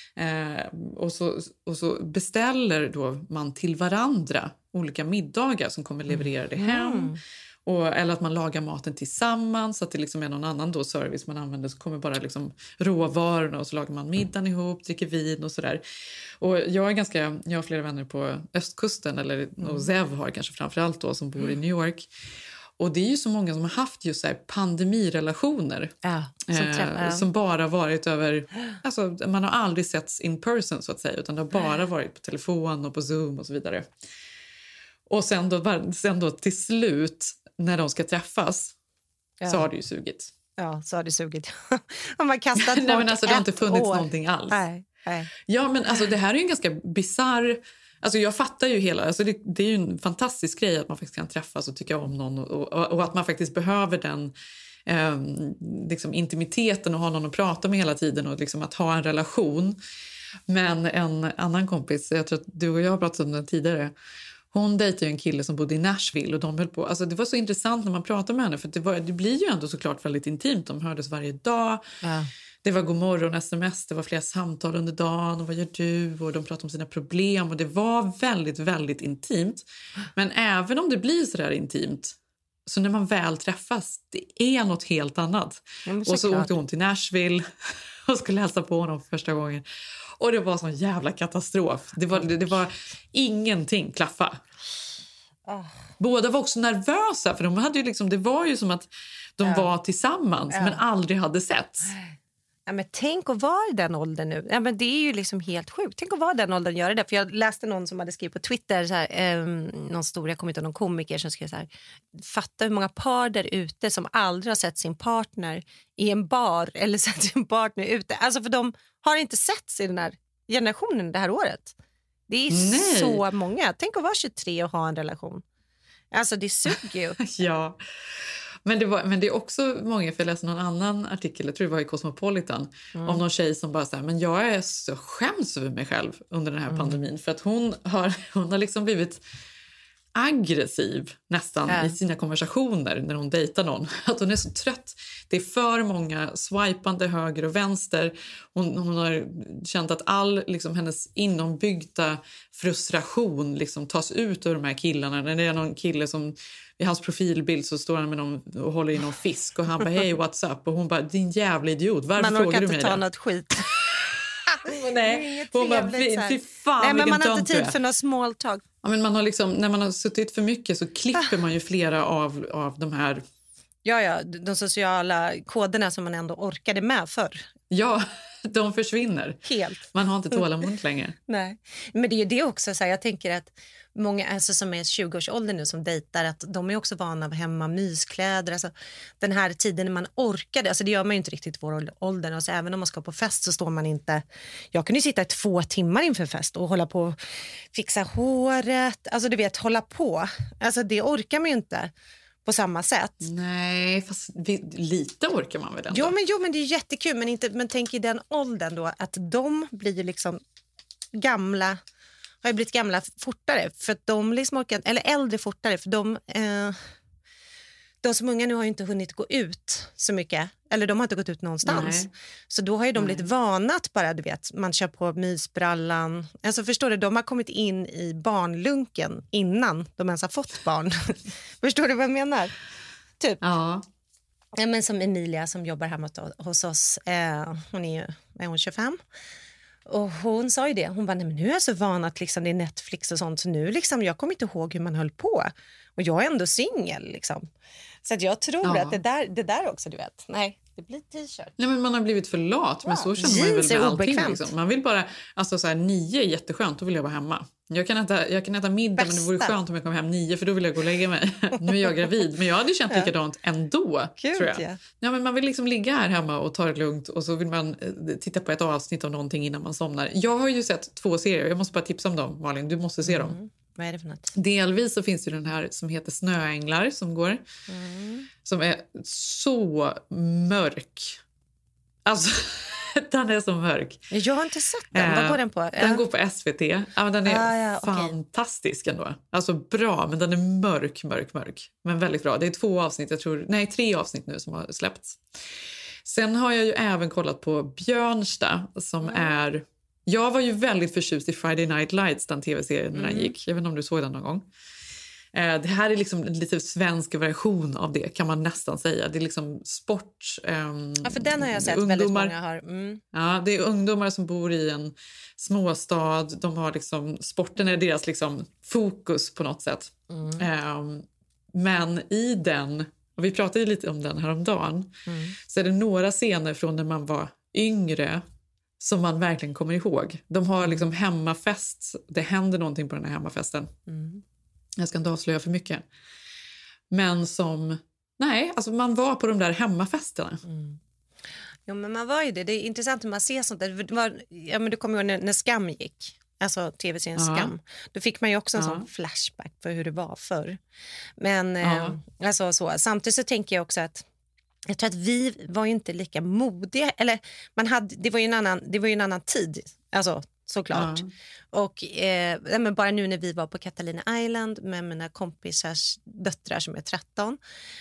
Och så beställer då man till varandra olika middagar som kommer levererade hem. Eller att man lagar maten tillsammans så att det liksom är någon annan då service man använder, så kommer bara liksom råvarorna och så lagar man middagen ihop, dricker vin och sådär. Och jag har flera vänner på östkusten, och Zev har kanske framförallt då, som bor i New York. Och det är ju så många som har haft just så här pandemirelationer. Som bara varit över... Alltså, man har aldrig setts in person så att säga, utan det har bara varit på telefon och på Zoom och så vidare. Och sen då till slut, när de ska träffas, så har det ju sugit. Ja, så har det sugit. Om man kastat bort Nej, men alltså, det har inte funnits någonting alls. Nej. Ja, men alltså, det här är ju en ganska bizarr... Alltså jag fattar ju hela... Alltså det är ju en fantastisk grej att man faktiskt kan träffas och tycka om någon. Och att man faktiskt behöver den liksom intimiteten och ha någon att prata med hela tiden. Och liksom att ha en relation. Men en annan kompis, jag tror att du och jag har pratat om den tidigare... Hon dejtade ju en kille som bodde i Nashville och de höll på... Alltså det var så intressant när man pratade med henne, för det blir ju ändå såklart väldigt intimt. De hördes varje dag. Ja. Det var god morgon, sms, det var flera samtal under dagen och vad gör du? Och de pratade om sina problem och det var väldigt, väldigt intimt. Men även om det blir så där intimt, så när man väl träffas, det är något helt annat. Och så åkte hon till Nashville och skulle hälsa på honom för första gången. Och det var sån jävla katastrof. Det var ingenting klaffa. Båda var också nervösa, för de hade ju liksom, det var ju som att de var tillsammans men aldrig hade setts. Ja, men tänk att vara i den åldern nu. Ja, men det är ju liksom helt sjukt. Tänk att vara i den åldern och göra det. För jag läste någon som hade skrivit på Twitter, så här, någon stor, jag kommer inte ihåg, någon komiker som skrev så här: fatta hur många par där ute som aldrig har sett sin partner i en bar eller sett sin partner ute. Alltså för de har inte setts i den här generationen det här året. Det är så många. Tänk att vara 23 och ha en relation. Alltså det suger ju. Ja. Men det är också många, för jag läste någon annan artikel, jag tror det var i Cosmopolitan, om någon tjej som bara säger, men jag är så skäms över mig själv under den här pandemin, för att hon har liksom blivit aggressiv nästan i sina konversationer när hon dejtar någon. Att hon är så trött. Det är för många swipande höger och vänster. Hon har känt att all liksom, hennes inombyggda frustration liksom, tas ut ur de här killarna. När det är någon kille som i hans profilbild så står han med någon och håller i någon fisk och han bara hej, what's up? Och hon bara, din jävla idiot, varför frågar du mig det? Man orkar inte ta något skit. Nej, hon bara, fy fan. Nej, men man har inte tid för något small talk. Ja, men man har liksom, när man har suttit för mycket så klipper man ju flera av de här... Ja, de sociala koderna som man ändå orkade med förr. Ja, de försvinner. Helt. Man har inte tålamod längre. Nej, men det är ju det också. Så här, jag tänker att många alltså, som är 20-årsåldern nu som dejtar, att de är också vana av hemma myskläder. Alltså, den här tiden när man orkade, alltså det gör man ju inte riktigt i vår ålder. Alltså, även om man ska på fest så står man inte... Jag kunde ju sitta 2 timmar inför fest och hålla på och fixa håret. Alltså du vet, hålla på. Alltså det orkar man ju inte på samma sätt. Nej, fast lite orkar man väl ändå. Jo, men det är jättekul. Men tänk i den åldern då, att de blir ju liksom gamla... har ju blivit gamla fortare för att de liksom orkar, eller äldre fortare, för de som unga nu har ju inte hunnit gå ut så mycket, eller de har inte gått ut någonstans. Nej. Så då har ju de blivit vanat bara, du vet, man kör på mysbrallan. Alltså förstår du, de har kommit in i barnlunken innan de ens har fått barn. Förstår du vad jag menar? Typ. Ja. Ja, men som Emilia som jobbar hemma hos oss, hon är 25. Och hon sa ju det, hon bara, nej men nu är jag så van att liksom, det är Netflix och sånt, så nu liksom, jag kommer inte ihåg hur man höll på. Och jag är ändå singel liksom. Så att jag tror att det där också, du vet, nej, det blir t-shirt. Nej, men man har blivit för lat, men så känner man väl med allting. Liksom. Man vill bara, alltså så här, 9 är jätteskönt, då vill jag vara hemma. Jag kan äta middag, men det vore skönt om jag kom hem 9, för då vill jag gå och lägga mig. Nu är jag gravid, men jag hade känt likadant ändå, tror jag. Ja, men man vill liksom ligga här hemma och ta det lugnt, och så vill man titta på ett avsnitt av någonting innan man somnar. Jag har ju sett 2 serier, jag måste bara tipsa om dem, Malin, du måste se dem. Vad är det för något? Delvis så finns det den här som heter Snöänglar som går. Som är så mörk. Alltså, Den är så mörk. Jag har inte sett den. Vad går den på? Den går på SVT. Ja, men den är fantastisk ändå. Alltså bra, men den är mörk. Men väldigt bra. Det är 3 avsnitt nu som har släppts. Sen har jag ju även kollat på Björnsta som är... Jag var ju väldigt förtjust i Friday Night Lights, den tv-serien när den gick. Jag vet inte om du såg den någon gång. Det här är liksom en lite svensk version av det, kan man nästan säga. Det är liksom sport. Ja, för den har jag sett väldigt många har. Ja, det är ungdomar som bor i en småstad. De har liksom, sporten är deras liksom fokus på något sätt. Men i den, och vi pratade ju lite om den häromdagen, så är det några scener från när man var yngre som man verkligen kommer ihåg. De har liksom hemmafest. Det händer någonting på den här hemmafesten. Jag ska inte avslöja för mycket. Men som... Nej, alltså man var på de där hemmafesterna. Jo, men man var ju det. Det är intressant hur man ser sånt där. Men du kommer ihåg när Skam gick. Alltså tv-serien Skam. Då fick man ju också en sån flashback på hur det var förr. Men alltså så. Samtidigt så tänker jag också att jag tror att vi var ju inte lika modiga. Eller det var ju en annan tid. Alltså såklart. Och men bara nu när vi var på Catalina Island med mina kompisars döttrar som är 13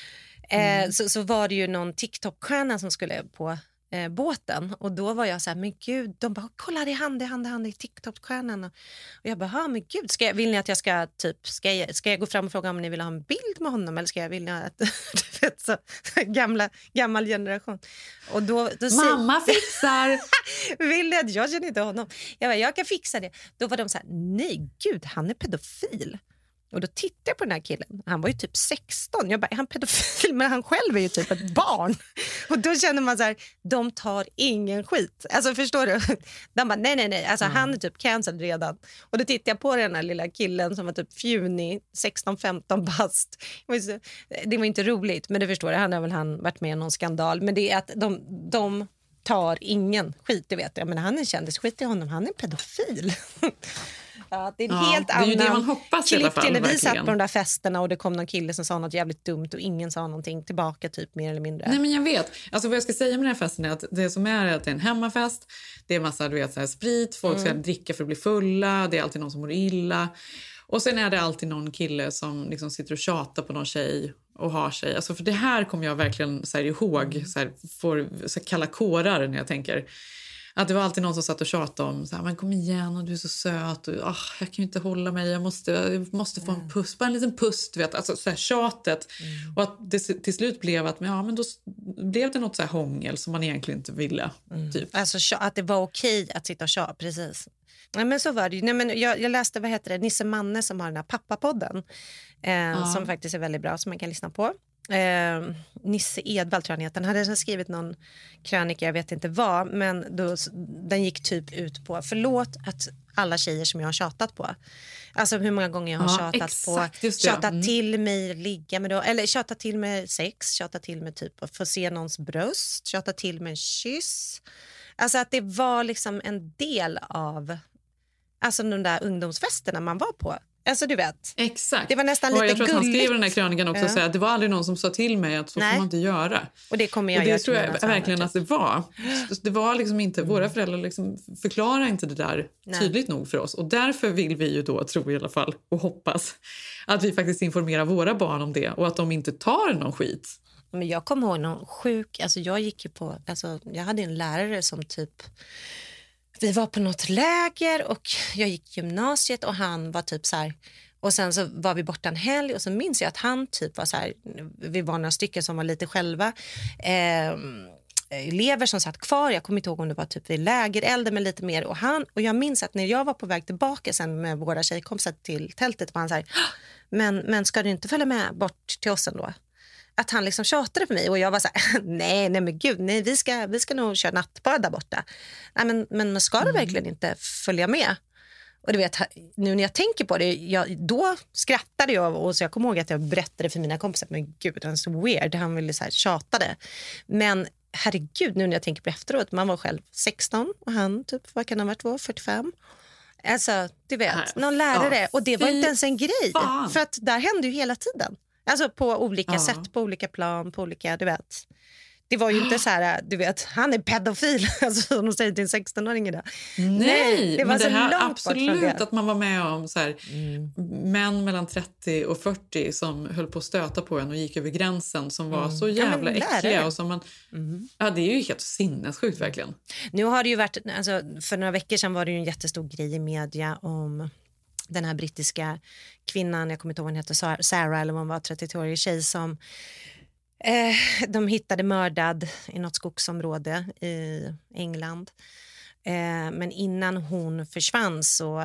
så var det ju någon TikTok-stjärna som skulle på båten, och då var jag så här, men gud, de bara, kolla det är han i TikTok-stjärnan, och jag bara, men gud, vill ni att jag ska typ, ska jag gå fram och fråga om ni vill ha en bild med honom, eller vill ni att du vet, så gammal generation, och då mamma fixar vill ni att jag känner inte honom, jag kan fixa det, då var de så här, nej gud, han är pedofil. Och då tittade jag på den här killen. Han var ju typ 16. Jag bara, är han pedofil? Men han själv är ju typ ett barn. Och då känner man så här, de tar ingen skit. Alltså förstår du? De bara, nej. Alltså han är typ cancelled redan. Och då tittade jag på den här lilla killen som var typ fjunig, 16-15 bast. Det var inte roligt, men det förstår jag. Han har väl varit med i någon skandal. Men det är att de tar ingen skit, det vet jag. Men han är kändis, skit i honom. Han är pedofil. Ja, det är en helt annan. Det är ju det man hoppas i alla fall. Vi satt på de där festerna och det kom någon kille som sa något jävligt dumt och ingen sa någonting tillbaka, typ mer eller mindre. Nej, men jag vet. Alltså vad jag ska säga med den här festen är att det som är att det är en hemmafest. Det är massa, du vet, så här sprit. Folk ska dricka för att bli fulla. Det är alltid någon som mår illa. Och sen är det alltid någon kille som liksom sitter och tjatar på någon tjej och har sig. Alltså för det här kommer jag verkligen så här ihåg. Så här, får så här kalla kårar när jag tänker... Att det var alltid någon som satt och tjatade om så här, men kom igen, och du är så söt och jag kan ju inte hålla mig, jag måste få en puss, bara en liten puss, du vet, alltså så här tjatet. Och att det till slut blev att men då blev det något så här hångel som man egentligen inte ville typ. Alltså att det var okej att sitta och tjata, precis. Nej, men så var det ju. Nej, men jag läste, Nisse Manne som har den här pappapodden som faktiskt är väldigt bra, som man kan lyssna på. Nisse Edvall tror jag han heter. Han hade skrivit någon krönika, jag vet inte vad, men den gick typ ut på förlåt att alla tjejer som jag har tjatat på, alltså hur många gånger jag har tjatat till mig, ligga med då, eller tjatat till mig sex, tjatat till mig typ att få se någons bröst, tjatat till mig en kyss, alltså att det var liksom en del av alltså de där ungdomsfesterna man var på. Alltså du vet. Exakt. Det var nästan lite gulligt. Jag tror att han skrev den här krönikan också och säger att det var aldrig någon som sa till mig att så får man inte göra. Och det kommer jag och det tror jag verkligen att det var. Det var liksom inte, våra föräldrar liksom förklarar inte det där tydligt nog för oss. Och därför vill vi ju då, tror i alla fall, och hoppas att vi faktiskt informerar våra barn om det och att de inte tar någon skit. Men jag kommer ihåg någon sjuk, alltså jag gick ju på, alltså jag hade en lärare som typ, vi var på något läger och jag gick gymnasiet och han var typ så här, och sen så var vi borta en helg och så minns jag att han typ var så här, vi var några stycken som var lite själva elever som satt kvar, jag kommer inte ihåg om det var typ vid lägerelden men lite mer, och jag minns att när jag var på väg tillbaka sen med våra tjejkompisar till tältet var han så här, men ska du inte följa med bort till oss ändå? Att han liksom tjatade på mig och jag var så här, nej men gud, nej, vi ska nog köra nattbad där borta. Nej men ska du verkligen inte följa med? Och du vet, nu när jag tänker på det, då skrattade jag och så jag kommer ihåg att jag berättade för mina kompisar, men gud, han är så weird, han ville så här tjatade. Men herregud, nu när jag tänker på efteråt, man var själv 16 och han typ, vad kan han ha varit, 45? Alltså, du vet, någon lärare, och det var inte ens en grej, för att där hände ju hela tiden. Alltså på olika sätt, på olika plan, på olika, du vet. Det var ju inte så här, du vet, han är pedofil, alltså som de säger till en 16-åring idag. Nej, det var men så det här långt absolut att man var med om så här, män mellan 30 och 40 som höll på att stöta på en och gick över gränsen som var så jävla äckliga och som man, ja det är ju helt sinnessjukt verkligen. Nu har det ju varit, alltså, för några veckor sedan var det ju en jättestor grej i media om den här brittiska kvinnan, jag kommer inte ihåg vad hon heter, Sarah eller vad hon var, 32-årig tjej som de hittade mördad i något skogsområde i England. Men innan hon försvann så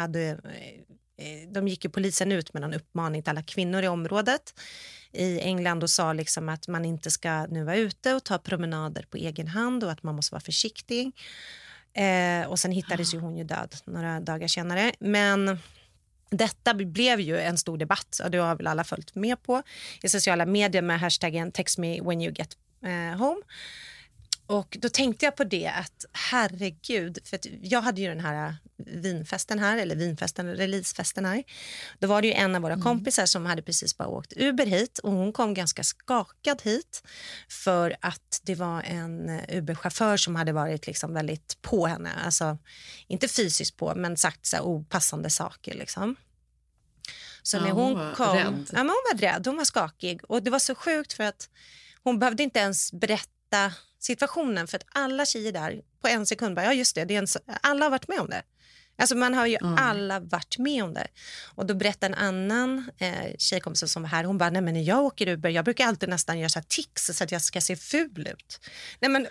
de gick ju polisen ut med en uppmaning till alla kvinnor i området i England och sa liksom att man inte ska nu vara ute och ta promenader på egen hand och att man måste vara försiktig. Och sen hittades ju hon ju död några dagar senare. Men detta blev ju en stor debatt och det har väl alla följt med på i sociala medier med hashtaggen text me when you get home. Och då tänkte jag på det att herregud, för att jag hade ju den här releasefesten här. Då var det ju en av våra kompisar som hade precis bara åkt Uber hit och hon kom ganska skakad hit för att det var en Uber-chaufför som hade varit liksom väldigt på henne. Alltså inte fysiskt på men sagt så här opassande saker liksom. Så när hon kom, ja, men hon var rädd, hon var skakig och det var så sjukt för att hon behövde inte ens berätta situationen för att alla tjejer där på en sekund bara, ja just det, alla har varit med om det. Alltså man har ju alla varit med om det. Och då berättade en annan tjejkompis som var här, hon bara, nej men när jag åker Uber, jag brukar alltid nästan göra så här tics så att jag ska se ful ut. Nej men,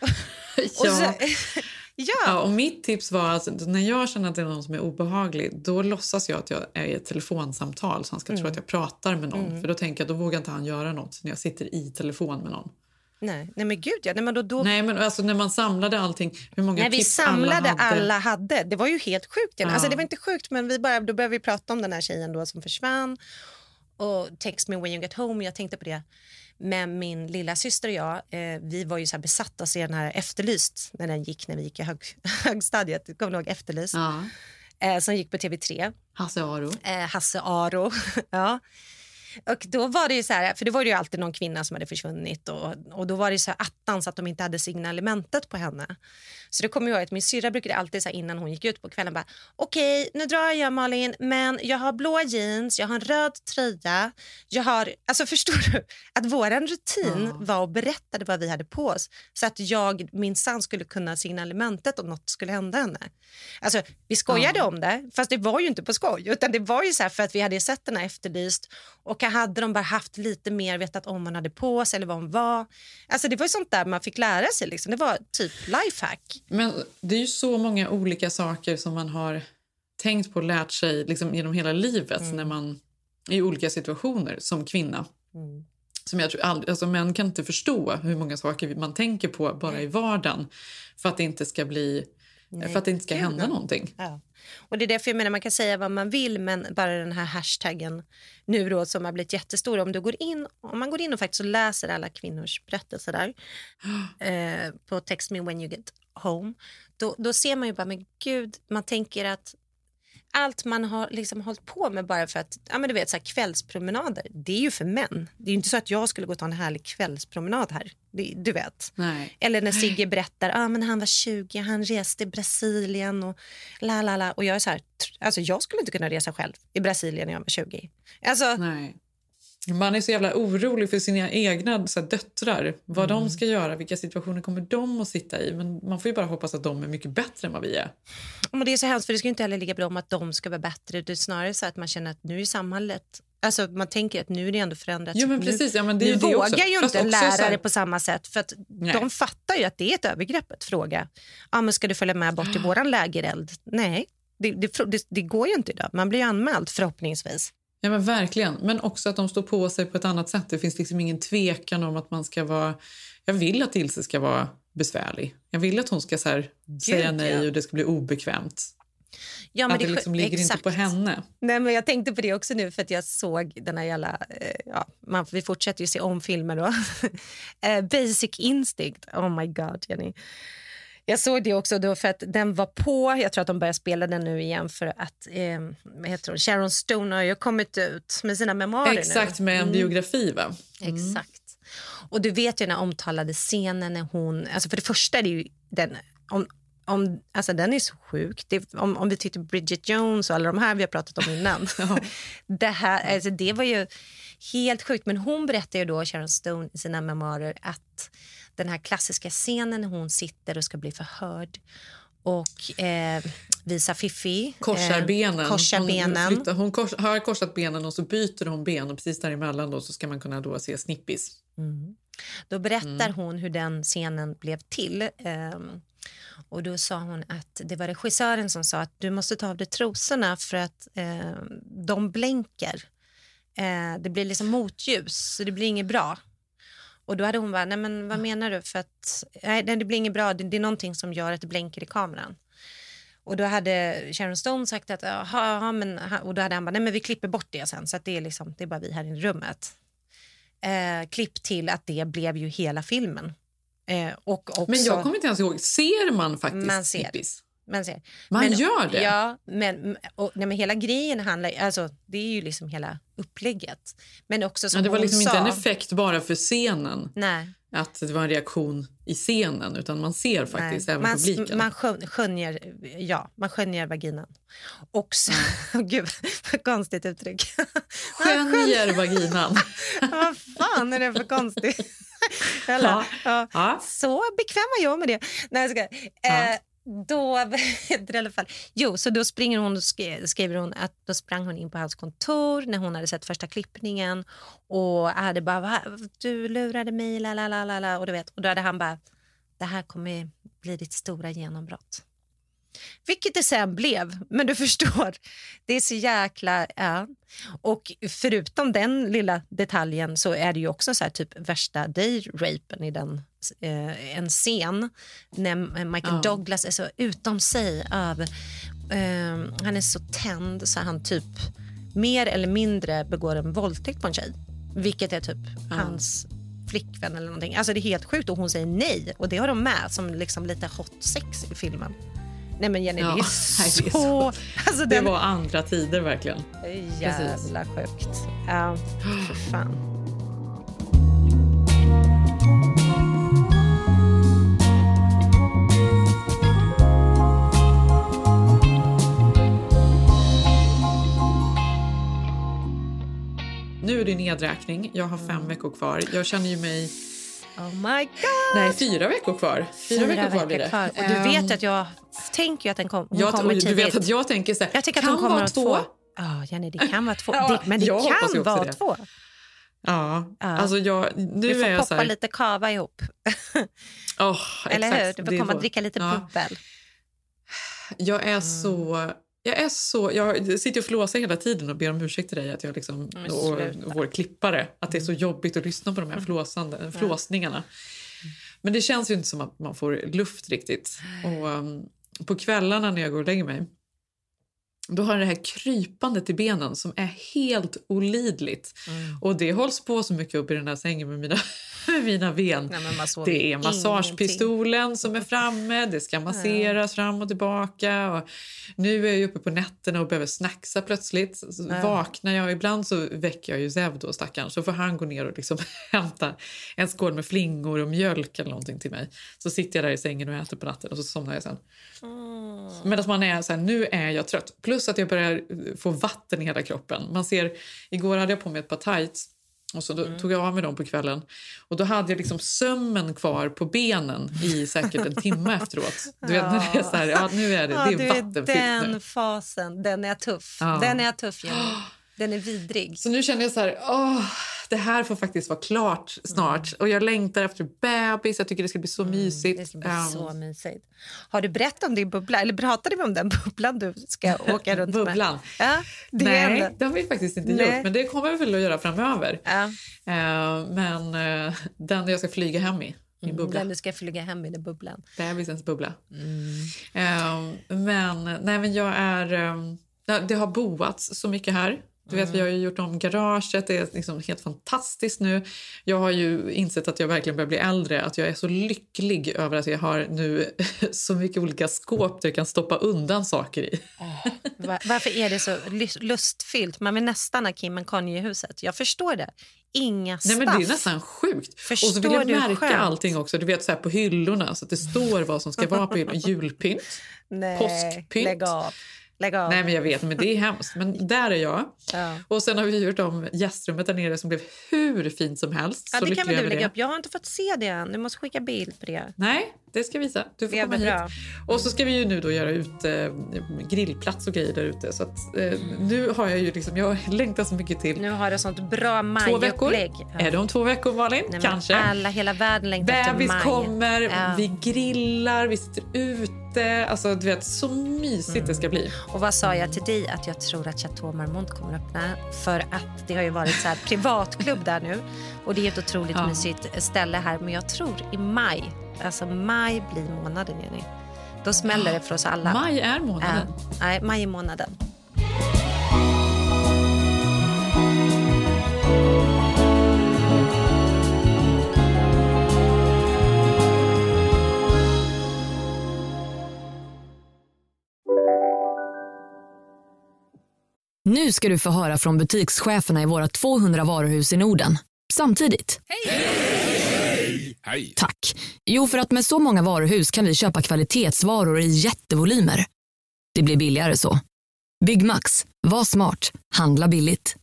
ja, och mitt tips var alltså, när jag känner att det är någon som är obehaglig, då låtsas jag att jag är i ett telefonsamtal så han ska tro att jag pratar med någon. För då tänker jag, då vågar inte han göra något när jag sitter i telefon med någon. Nej men gud ja. Nej men alltså när man samlade allting, hur många tips vi samlade alla hade. Det var ju helt sjukt. Ja. Alltså det var inte sjukt men då började vi prata om den här tjejen då som försvann och text me when you get home. Jag tänkte på det med min lilla syster och jag. Vi var ju så här besatta att se den här Efterlyst när vi gick i högstadiet. Kommer du ihåg Efterlyst? Ja. Som gick på TV3. Hasse Aro. Ja. Och då var det ju så här, för det var ju alltid någon kvinna som hade försvunnit och då var det så här attans att de inte hade signalementet på henne. Så det kommer jag ihåg att min syrra brukade alltid så här, innan hon gick ut på kvällen bara, okej, nu drar jag Malin, men jag har blå jeans, jag har en röd tröja, alltså förstår du att våran rutin var att berätta vad vi hade på oss så att jag minsann skulle kunna signalementet om något skulle hända henne. Alltså vi skojade om det, fast det var ju inte på skoj utan det var ju så här för att vi hade sett den här Efterlyst och hade de bara haft lite mer vetat om man hade på sig eller vad hon var. Alltså det var ju sånt där man fick lära sig liksom. Det var typ lifehack. Men det är ju så många olika saker som man har tänkt på och lärt sig liksom genom hela livet när man är i olika situationer som kvinna. Som jag tror aldrig, alltså män kan inte förstå hur många saker man tänker på bara i vardagen för att det inte ska bli för att det inte ska hända någonting. Ja. Och det är därför jag menar man kan säga vad man vill men bara den här hashtaggen nu då som har blivit jättestor om man går in och faktiskt läser alla kvinnors berättelser där på text me when you get home då ser man ju bara men gud man tänker att allt man har liksom hållit på med bara för att ja men du vet så här kvällspromenader det är ju för män. Det är ju inte så att jag skulle gå och ta en härlig kvällspromenad här. Du vet. Nej. Eller när Sigge berättar men han var 20, han reste i Brasilien och la och jag är så här alltså jag skulle inte kunna resa själv i Brasilien när jag var 20. Alltså nej. Man är så jävla orolig för sina egna så här, döttrar. Vad de ska göra, vilka situationer kommer de att sitta i. Men man får ju bara hoppas att de är mycket bättre än vad vi är. Men det är så hemskt för det ska ju inte heller ligga bra om att de ska vara bättre. Det är snarare så att man känner att nu är samhället... Alltså man tänker att nu är det ändå förändrat. Jo men precis, ja, men det är nu det vågar också. ju inte en lärare på samma sätt. För att de fattar ju att det är ett övergrepp att fråga. Men ska du följa med bort till våran lägereld? Nej, det går ju inte idag. Man blir ju anmäld förhoppningsvis. Ja men verkligen, men också att de står på sig på ett annat sätt. Det finns liksom ingen tvekan om att man ska vara... Jag vill att Ilse ska vara besvärlig. Jag vill att hon ska så här, säga nej och det ska bli obekvämt. Ja, men att det liksom ligger inte på henne. Nej men jag tänkte på det också nu för att jag såg den här jävla... vi fortsätter ju se om filmer då. Basic Instinct, oh my god Jenny. Jag såg det också då för att den var på, jag tror att de börjar spela den nu igen för att vad heter hon? Sharon Stone har ju kommit ut med sina memoarer. Exakt, med en biografi va? Exakt. Och du vet ju den omtalade scenen när hon, alltså för det första är det ju den, alltså den är så sjuk. Om vi tittar på Bridget Jones och alla de här vi har pratat om innan. Det här, alltså det var ju helt sjukt. Men hon berättar ju då, Sharon Stone, i sina memoarer att den här klassiska scenen när hon sitter och ska bli förhörd och visa Fifi. Korsar benen. Hon har korsat benen och så byter hon ben och precis däremellan då så ska man kunna då se snippis. Då berättar hon hur den scenen blev till. Och då sa hon att det var regissören som sa att du måste ta av dig trosorna för att de blänker. Det blir liksom motljus så det blir inget bra. Och då hade hon bara, nej men vad menar du? För att, nej det blir inget bra, det är någonting som gör att det blänker i kameran. Och då hade Sharon Stone sagt att, men, och då hade han bara, nej men vi klipper bort det sen. Så att det är bara vi här i rummet. Klipp till att det blev ju hela filmen. Och också, men jag kommer inte ens ihåg, ser man faktiskt snippis? Man gör det? Ja, men hela grejen handlar, alltså det är ju liksom hela upplägget. Men också som det var liksom sa, inte en effekt bara för scenen. Nej. Att det var en reaktion i scenen, utan man ser faktiskt även publiken. Man skönjer vaginan. Och så, gud, vad konstigt uttryck. Skönjer vaginan. Vad fan är det för konstigt? Så bekväm jag med det. Nej, jag ska... Då i alla fall. Jo, så då springer hon och skriver hon att då sprang hon in på hans kontor när hon hade sett första klippningen och hade bara, du lurade mig, la och du vet, och då hade han bara, det här kommer bli ditt stora genombrott. Vilket det sen blev, men du förstår, det är så jäkla, och förutom den lilla detaljen så är det ju också så här typ värsta day-rapen i den en scen när Michael Douglas är så utom sig över, han är så tänd så han typ mer eller mindre begår en våldtäkt på en tjej, vilket är typ hans flickvän eller någonting, alltså det är helt sjukt och hon säger nej och det har de med som liksom lite hot sex i filmen. Nej men Jenny, det är så... Alltså, det var andra tider verkligen. Jävla sjukt. Ja, för fan. Nu är det nedräkning. Jag har 5 veckor kvar. Jag känner ju mig... Oh my god! Nej, 4 veckor kvar. 4 veckor kvar blir det. Kvar. Och du vet att jag tänker att hon kommer tidigt. Du vet att jag tänker så här, jag tänker att hon kommer att 2. Ja, Jenny, det kan vara 2. Men det kan vara 2. Ja, alltså nu du får är jag poppa så här... lite kava ihop. Eller hur? Du får komma och dricka lite bubbel. Jag sitter och flåsar hela tiden och ber om ursäkt till dig att jag liksom, och vår klippare, att det är så jobbigt att lyssna på de här flåsningarna. Men det känns ju inte som att man får luft riktigt. Och på kvällarna när jag går och lägger mig, då har det här krypandet i benen som är helt olidligt. Och det hålls på så mycket upp i den här sängen med mina ben. Det är massagepistolen som är framme. Det ska masseras fram och tillbaka. Och nu är jag uppe på nätterna och behöver snacksa plötsligt. Så vaknar jag. Ibland så väcker jag ju Zev då, stackaren. Så får han gå ner och liksom hämta en skål med flingor och mjölk eller någonting till mig. Så sitter jag där i sängen och äter på natten och så somnar jag sen. Medan man är så här, nu är jag trött. Plus att jag börjar få vatten i hela kroppen. Man ser, igår hade jag på mig ett par tights. Och så då tog jag av mig dem på kvällen. Och då hade jag liksom sömmen kvar på benen i säkert en timme efteråt. Du vet när det är så här, nu är det är vattenfyllt nu. Den fasen, den är tuff. Den är tuff, Jenny. Den är vidrig. Så nu känner jag så här, det här får faktiskt vara klart snart. Och jag längtar efter bebis. Jag tycker det ska bli så mysigt. Det ska bli så mysigt. Har du berättat om din bubbla? Eller pratade vi om den bubblan du ska åka runt med? Bubblan? Ja, nej, det har vi faktiskt inte gjort. Men det kommer vi väl att göra framöver. Ja. Men den jag ska flyga hem i. Min bubbla. Den du ska flyga hem i den bubblan. Bebisens bubbla. Men jag är... det har boats så mycket här. Du vet, vi har ju gjort om garaget. Det är liksom helt fantastiskt nu. Jag har ju insett att jag verkligen börjar bli äldre. Att jag är så lycklig över att jag har nu så mycket olika skåp där jag kan stoppa undan saker i. Varför är det så lustfyllt? Man vill nästan ha Kim and Kanye i huset. Jag förstår det. staff. Nej, men det är nästan sjukt. Förstår och så vill jag märka skönt? allting också. Du vet så här på hyllorna så att det står vad som ska vara på hyllorna. Julpynt, påskpynt. Lägg av. Nej, men jag vet, men det är hemskt. Men där är jag. Ja. Och sen har vi gjort om gästrummet där nere som blev hur fint som helst. Ja, så det kan väl du lägga det. upp. Jag har inte fått se det än. Du måste skicka bild på det. Nej, det ska jag visa. Du får Det komma bra. hit. Och så ska vi ju nu då göra ut grillplats och grejer där ute. Så att nu har jag ju liksom, jag längtar så mycket till. Nu har du sånt bra 2 veckor. majupplägg. Är det om 2 veckor, Malin? Nej, Kanske. Hela världen längtar efter maj. Bebis kommer, Ja. vi grillar, vi sitter ute. Alltså du vet, så mysigt det ska bli. Och vad sa jag till dig? Att jag tror att Chateau Marmont kommer öppna. För att det har ju varit så här privatklubb där nu. Och det är ett otroligt mysigt ställe här. Men jag tror i maj. Alltså maj blir månaden, Jenny. Då smäller det för oss alla. Maj är månaden. Nej, maj är månaden. Nu ska du få höra från butikscheferna i våra 200 varuhus i Norden. Samtidigt. Hej! Tack. Jo, för att med så många varuhus kan vi köpa kvalitetsvaror i jättevolymer. Det blir billigare så. Byggmax. Var smart. Handla billigt.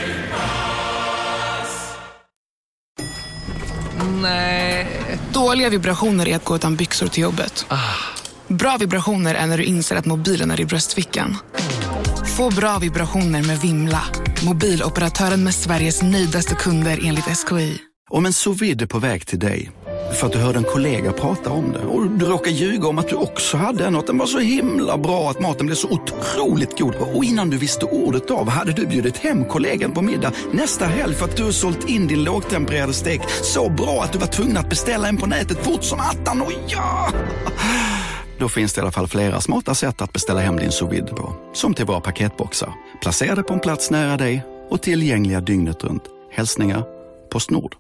Nej. Dåliga vibrationer är att gå utan byxor till jobbet. Bra vibrationer är när du inser att mobilen är i bröstfickan. Få bra vibrationer med Vimla. Mobiloperatören med Sveriges nöjdaste kunder enligt SKI. Om en sous vide är på väg till dig för att du hörde en kollega prata om det och du råkar ljuga om att du också hade en och att den var så himla bra att maten blev så otroligt god. Och innan du visste ordet av hade du bjudit hem kollegan på middag nästa helg för att du har sålt in din lågtempererade stek så bra att du var tvungen att beställa en på nätet fort som attan. Och ja! Då finns det i alla fall flera smarta sätt att beställa hem din sous vide på. Som till våra paketboxar. Placerade på en plats nära dig och tillgängliga dygnet runt. Hälsningar PostNord.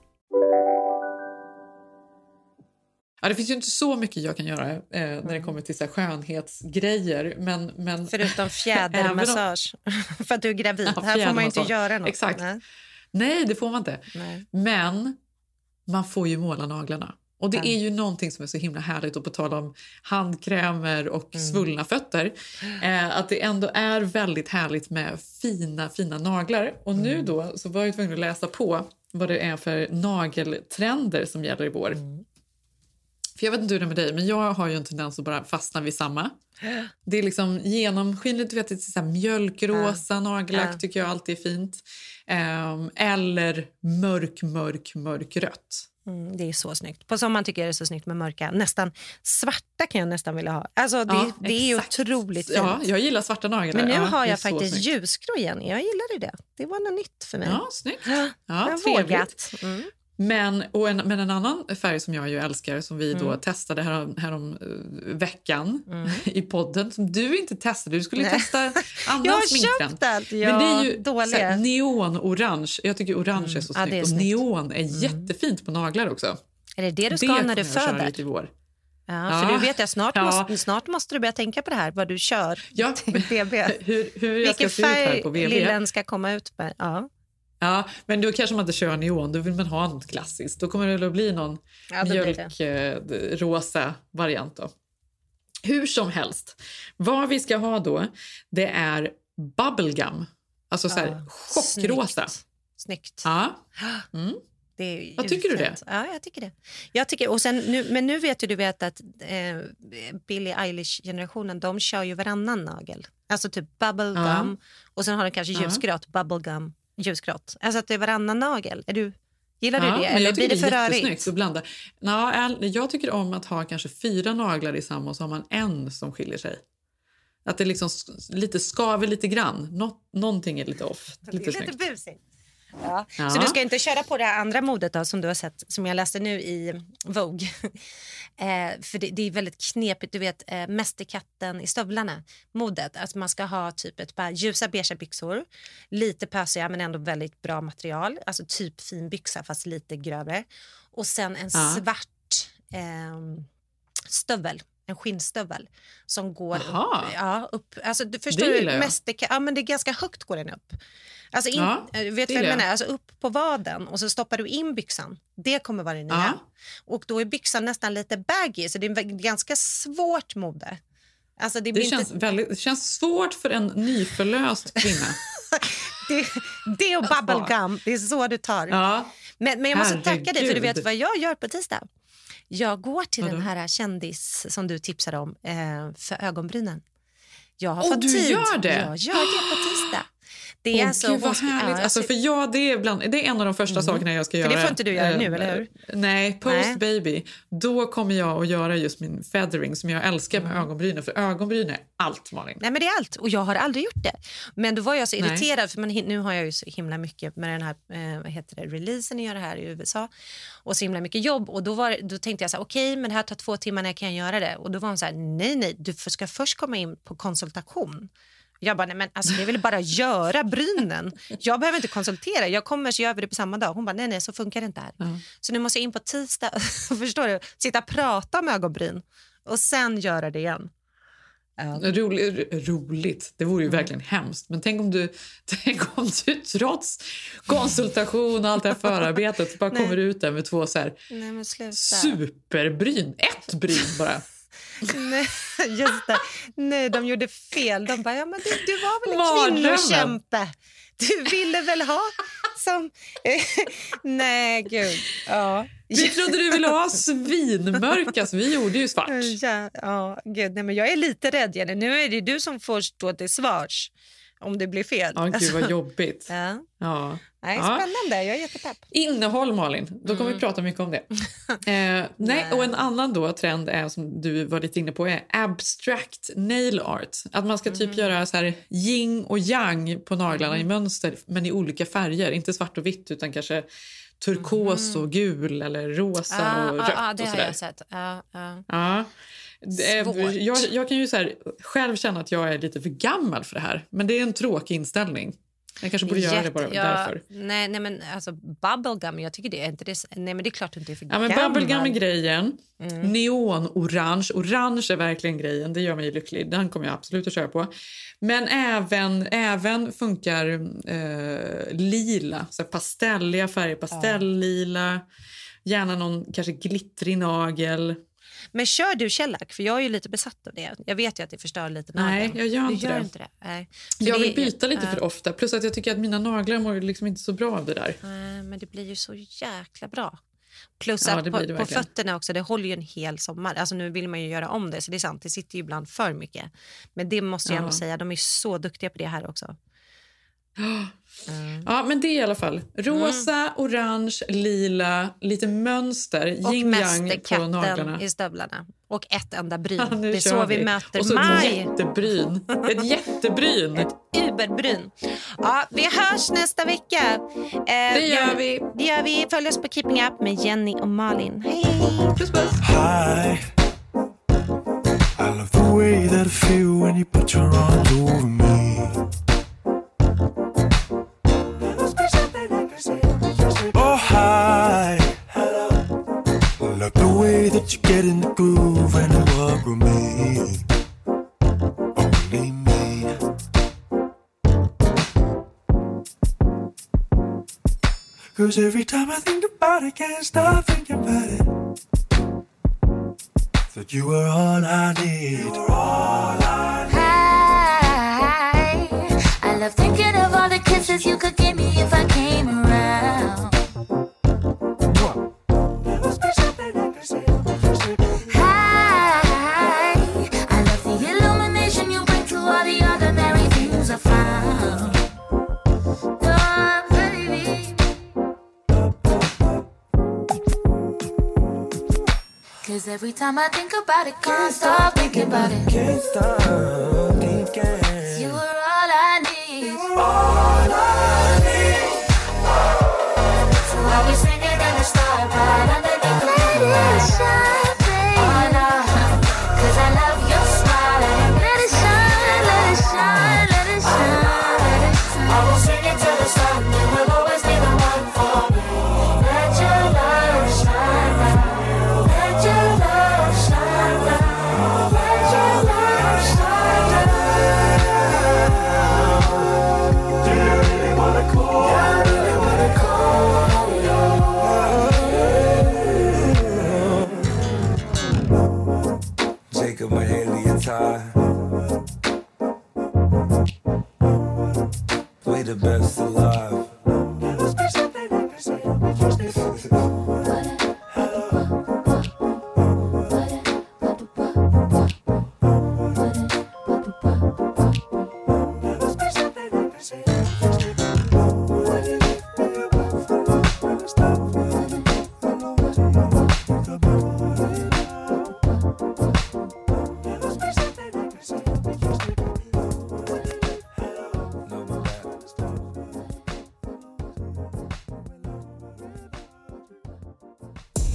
Ja, det finns ju inte så mycket jag kan göra när det kommer till så här skönhetsgrejer. Men förutom fjädermassage. För att du är gravid. Ja, här får man ju inte göra något. Exakt. Nej, det får man inte. Nej. Men man får ju måla naglarna. Och det är ju någonting som är så himla härligt att på tala om handkrämer och svullna fötter. Att det ändå är väldigt härligt med fina naglar. Och nu då så var jag tvungen att läsa på vad det är för nageltrender som gäller i vår. För jag vet inte hur det är med dig, men jag har ju en tendens att bara fastna vid samma. Det är liksom genomskinligt, du vet, det är så här mjölkrosa nagellack tycker jag alltid är fint. Eller mörkrött. Det är så snyggt. På sommaren tycker jag det är så snyggt med mörka. Nästan svarta kan jag nästan vilja ha. Alltså det är ju otroligt fint. Ja, jag gillar svarta naglar. Men nu har jag faktiskt ljusgrå igen. Jag gillade det. Det var något nytt för mig. Ja, snyggt. Ja, trevligt. Men en annan färg som jag ju älskar som vi då testade härom veckan i podden som du inte testade. Du skulle testa annan sminktrend. Men det är ju neonorange. Jag tycker orange är så snyggt. Är och neon är jättefint på naglar också. Är det det du ska ha när du föder? Ja, för du vet jag snart måste du börja tänka på det här vad du kör till BB. hur jag ska se ut här på BB. Vilken färg lillen ska komma ut med. Ja, men då kanske man inte kör neon. Då vill man ha något klassiskt. Då kommer det att bli någon mjölkrosa variant då. Hur som helst. Vad vi ska ha då, det är bubblegum. Alltså så här chockrosa. Snyggt. Ja. Vad tycker du det? Ja, jag tycker det. Och sen nu vet du vet att Billie Eilish-generationen, de kör ju varannan nagel. Alltså typ bubblegum. Och sen har den kanske ljusgrått, bubblegum. Ljusgrått. Alltså att det är varannan nagel. Gillar du det? Eller blir det för rörigt? Att blanda. Jag tycker om att ha kanske 4 naglar i samma och så har man en som skiljer sig. Att det liksom lite skaver lite grann. Någonting är lite off. Det är lite busigt. Ja. Så du ska inte köra på det här andra modet då, som du har sett, som jag läste nu i Vogue. För det är väldigt knepigt, du vet, mästerkatten i stövlarna modet, att man ska ha typ ett par ljusa beige byxor, lite pösiga men ändå väldigt bra material, alltså typ fin byxa fast lite grövre, och sen en svart stövel. en skinnstövel som går upp. Alltså, du förstår men det är ganska högt går den upp. Alltså vet du vad jag menar? Alltså upp på vaden och så stoppar du in byxan. Det kommer vara det nya. Och då är byxan nästan lite baggy, så det är ganska svårt mode. Alltså det känns svårt för en nyförlöst kvinna. det och bubblegum, det är så du tar. Ja. Men jag måste tacka dig, för du vet vad jag gör på tisdag. Jag går till den här kändis som du tipsade om för ögonbrynen. Jag har fått tid. Gör det? Jag gör det på tisdag. Det är Gud, vad härligt. Det är en av de första sakerna jag ska göra. För det får inte du göra nu, eller hur? Nej, baby. Då kommer jag att göra just min feathering som jag älskar med ögonbrynen. För ögonbryn är allt, Malin. Nej, men det är allt. Och jag har aldrig gjort det. Men då var jag så irriterad, för nu har jag ju så himla mycket med den här releasen jag gör det här i USA. Och så himla mycket jobb. Och då tänkte jag så här, okej, men det här tar 2 timmar, när kan jag göra det? Och då var hon så här, nej, du ska först komma in på konsultation. Jag bara, nej men alltså det vill bara göra brynen. Jag behöver inte konsultera. Jag kommer så gör vi det på samma dag. Hon bara, nej så funkar det inte här. Så nu måste jag in på tisdag, förstår du? Sitta och prata om ögonbryn. Och sen göra det igen. Roligt. Det vore ju verkligen hemskt. Men tänk om du trots konsultation och allt det här förarbetet bara kommer ut där med 2 så här superbryn. 1 bryn bara. Nej, just det. Nej, de gjorde fel. De bara, men du var väl en kvinnokämpe. Du ville väl ha som... Nej, gud. Ja. Vi trodde du ville ha svinmörkas. Vi gjorde ju svart. Ja, gud. Nej, men jag är lite rädd, Jenny. Nu är det du som får stå till svars om det blir fel. Ja, gud vad jobbigt. Ja. Nej, spännande, jag är jättepepp. Innehåll, Malin, då kommer vi prata mycket om det. Och en annan då trend är, som du var lite inne på, är abstract nail art. Att man ska typ göra så här yin och yang på naglarna i mönster, men i olika färger. Inte svart och vitt, utan kanske turkos och gul eller rosa och rött det och har sådär. Jag sett. Jag kan ju så här, själv känna att jag är lite för gammal för det här. Men det är en tråkig inställning. Jag kanske borde göra det bara därför. Nej, men alltså bubblegum, jag tycker det är inte det. Nej, men det är klart att du inte är för gammal. Men bubblegum är grejen. Neon-orange. Orange är verkligen grejen. Det gör mig lycklig. Den kommer jag absolut att köra på. Men även funkar lila. Så pastelliga färger. Pastelllila. Gärna någon kanske glittrig nagel. Men kör du shellac? För jag är ju lite besatt av det. Jag vet ju att det förstör lite naglar. Nej, jag gör inte det. Nej. Jag vill byta lite för ofta. Plus att jag tycker att mina naglar mår liksom inte så bra av det där. Men det blir ju så jäkla bra. Plus att på fötterna också, det håller ju en hel sommar. Alltså nu vill man ju göra om det, så det är sant. Det sitter ju ibland för mycket. Men det måste jag ändå säga, de är så duktiga på det här också. Ja, men det är i alla fall rosa, orange, lila, lite mönster, och yin-yang på naglarna i stövlarna. Och ett enda bryn. Det är så vi möter och så maj. Ett jättebryn. Ett uberbryn. Ja, vi hörs nästa vecka. Det gör vi. Det gör vi. Följ oss på Keeping Up med Jenny och Malin. Hej. Puss, puss. Hi. I love the way that I feel when you put your arms over me. Oh, hi. Love the way that you get in the groove and you walk with me. Only me. 'Cause every time I think about it, can't stop thinking about it. That you were all I need. You were all I need. Hi. I love thinking of all the kisses you could give me if I came around. Hi. I love the illumination you bring to all the ordinary things I found. Oh, baby. 'Cause every time I think about it, can't stop thinking about it. Can't stop thinking. You were all I need. All I need. So I'll be singing in the starlight underneath the moonlight. Shine, baby. Oh no, 'cause I love your smile. Let it shine, let it shine, let it shine, let it shine. I will sing it to the sun. You will always be the one for me. Let your love shine down. Let your love shine down.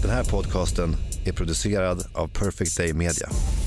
Den här podcasten är producerad av Perfect Day Media.